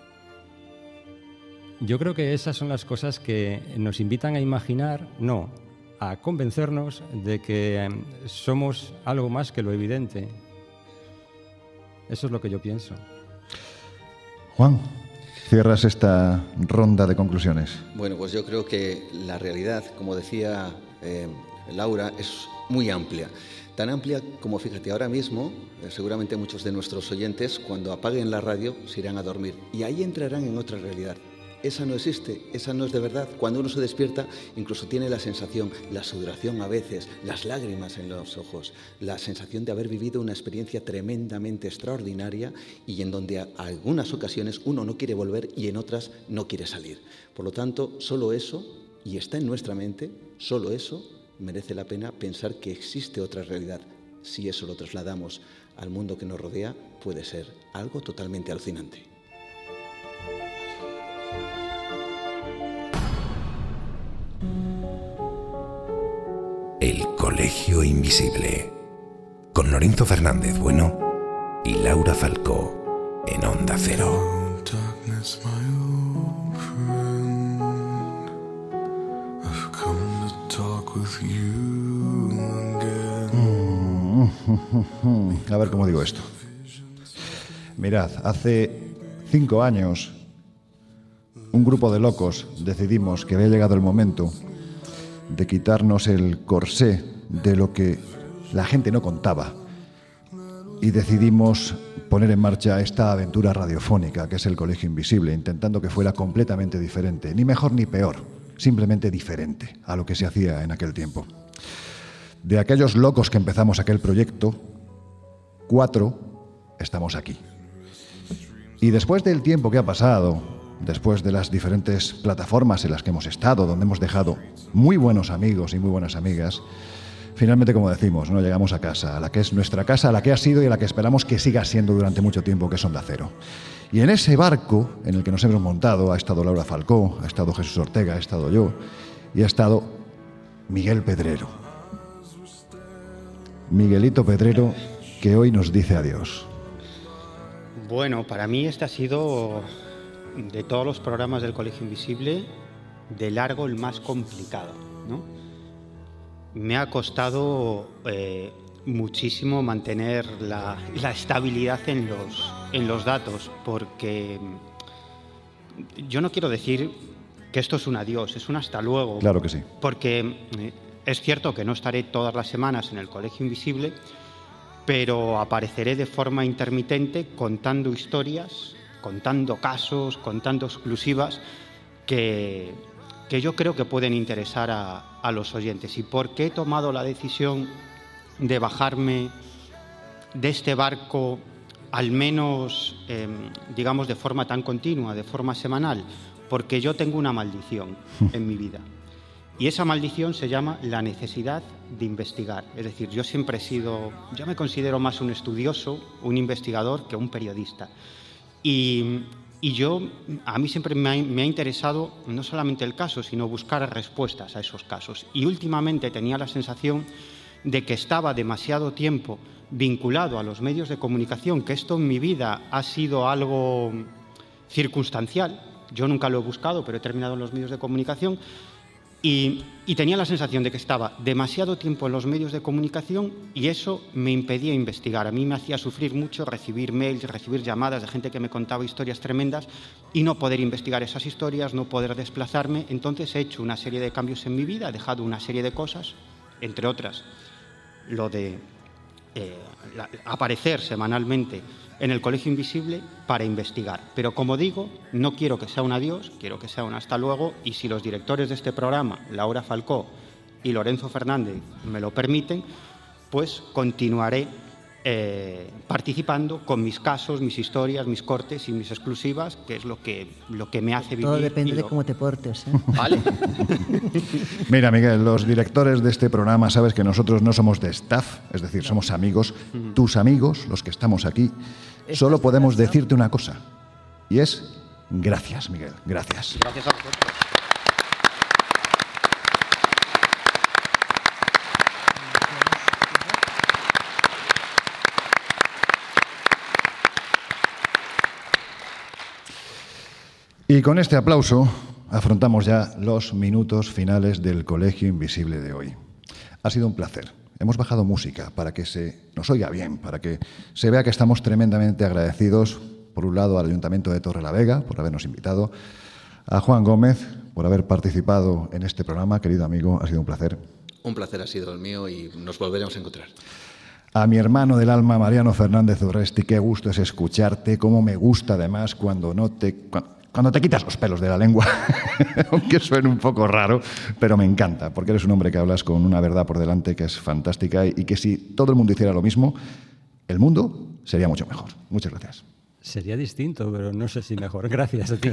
Yo creo que esas son las cosas que nos invitan a imaginar, no, a convencernos de que somos algo más que lo evidente. Eso es lo que yo pienso. Juan, cierras esta ronda de conclusiones. Bueno, pues yo creo que la realidad, como decía Laura, es muy amplia. Tan amplia como, fíjate, ahora mismo, seguramente muchos de nuestros oyentes, cuando apaguen la radio, se irán a dormir. Y ahí entrarán en otra realidad. Esa no existe, esa no es de verdad. Cuando uno se despierta, incluso tiene la sensación, la sudoración a veces, las lágrimas en los ojos, la sensación de haber vivido una experiencia tremendamente extraordinaria y en donde a algunas ocasiones uno no quiere volver y en otras no quiere salir. Por lo tanto, solo eso, y está en nuestra mente, solo eso merece la pena pensar que existe otra realidad. Si eso lo trasladamos al mundo que nos rodea, puede ser algo totalmente alucinante. El Colegio Invisible, con Lorenzo Fernández Bueno y Laura Falcó, en Onda Cero. A ver cómo digo esto. Mirad, hace 5 años, un grupo de locos decidimos que había llegado el momento de quitarnos el corsé de lo que la gente no contaba y decidimos poner en marcha esta aventura radiofónica que es el Colegio Invisible, intentando que fuera completamente diferente, ni mejor ni peor, simplemente diferente a lo que se hacía en aquel tiempo. De aquellos locos que empezamos aquel proyecto, 4 estamos aquí. Y después del tiempo que ha pasado, después de las diferentes plataformas en las que hemos estado, donde hemos dejado muy buenos amigos y muy buenas amigas, finalmente, como decimos, ¿no?, llegamos a casa, a la que es nuestra casa, a la que ha sido y a la que esperamos que siga siendo durante mucho tiempo, que es Onda Cero. Y en ese barco en el que nos hemos montado ha estado Laura Falcó, ha estado Jesús Ortega, he estado yo y ha estado Miguel Pedrero. Miguelito Pedrero, que hoy nos dice adiós. Bueno, para mí este ha sido, de todos los programas del Colegio Invisible, de largo el más complicado, ¿no? Me ha costado muchísimo mantener la estabilidad en los datos, porque yo no quiero decir que esto es un adiós, es un hasta luego. Claro que sí. Porque es cierto que no estaré todas las semanas en el Colegio Invisible, pero apareceré de forma intermitente contando historias, contando casos, contando exclusivas que yo creo que pueden interesar a los oyentes. ¿Y por qué he tomado la decisión de bajarme de este barco, al menos, digamos, de forma tan continua, de forma semanal? Porque yo tengo una maldición en mi vida. Y esa maldición se llama la necesidad de investigar. Es decir, yo siempre yo me considero más un estudioso, un investigador, que un periodista. Y a mí siempre me ha interesado no solamente el caso, sino buscar respuestas a esos casos. Y últimamente tenía la sensación de que estaba demasiado tiempo vinculado a los medios de comunicación, que esto en mi vida ha sido algo circunstancial. Yo nunca lo he buscado, pero he terminado en los medios de comunicación. Y tenía la sensación de que estaba demasiado tiempo en los medios de comunicación y eso me impedía investigar. A mí me hacía sufrir mucho recibir mails, recibir llamadas de gente que me contaba historias tremendas y no poder investigar esas historias, no poder desplazarme. Entonces he hecho una serie de cambios en mi vida, he dejado una serie de cosas, entre otras lo de aparecer semanalmente en el Colegio Invisible para investigar. Pero como digo, no quiero que sea un adiós, quiero que sea un hasta luego, y si los directores de este programa, Laura Falcó y Lorenzo Fernández, me lo permiten, pues continuaré participando con mis casos, mis historias, mis cortes y mis exclusivas, que es lo que me hace vivir. Todo depende de cómo te portes, ¿eh? Vale. Mira, Miguel, los directores de este programa, sabes que nosotros no somos de staff, es decir, somos amigos. Tus amigos, los que estamos aquí, solo podemos decirte una cosa, y es gracias, Miguel, gracias. Gracias a vosotros. Y con este aplauso afrontamos ya los minutos finales del Colegio Invisible de hoy. Ha sido un placer. Hemos bajado música para que se nos oiga bien, para que se vea que estamos tremendamente agradecidos, por un lado, al Ayuntamiento de Torrelavega por habernos invitado, a Juan Gómez por haber participado en este programa. Querido amigo, ha sido un placer. Un placer ha sido el mío y nos volveremos a encontrar. A mi hermano del alma, Mariano Fernández Urresti, qué gusto es escucharte, cómo me gusta además cuando te quitas los pelos de la lengua, aunque suene un poco raro, pero me encanta, porque eres un hombre que hablas con una verdad por delante que es fantástica y que si todo el mundo hiciera lo mismo, el mundo sería mucho mejor. Muchas gracias. Sería distinto, pero no sé si mejor. Gracias a ti.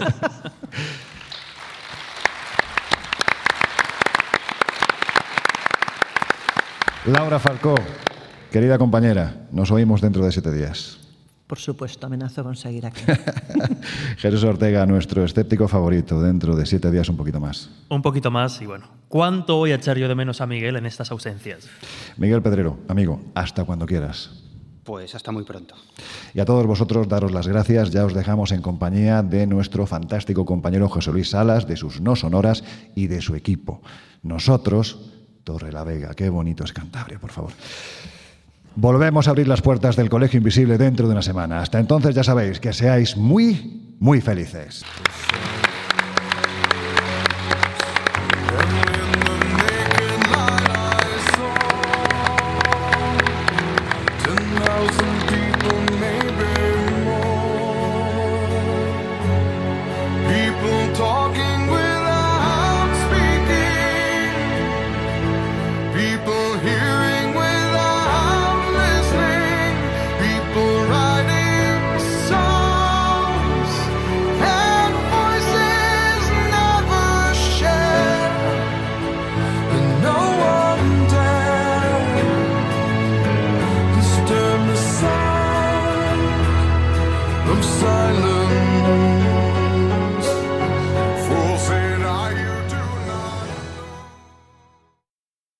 Laura Falcó, querida compañera, nos oímos dentro de 7 días. Por supuesto, amenazo con seguir aquí. Jesús Ortega, nuestro escéptico favorito, dentro de 7 días un poquito más. Un poquito más y bueno, ¿cuánto voy a echar yo de menos a Miguel en estas ausencias? Miguel Pedrero, amigo, hasta cuando quieras. Pues hasta muy pronto. Y a todos vosotros, daros las gracias. Ya os dejamos en compañía de nuestro fantástico compañero José Luis Salas, de sus no sonoras y de su equipo. Nosotros, Torrelavega, qué bonito es Cantabria, por favor. Volvemos a abrir las puertas del Colegio Invisible dentro de una semana. Hasta entonces ya sabéis que seáis muy, muy felices. People writing songs and silent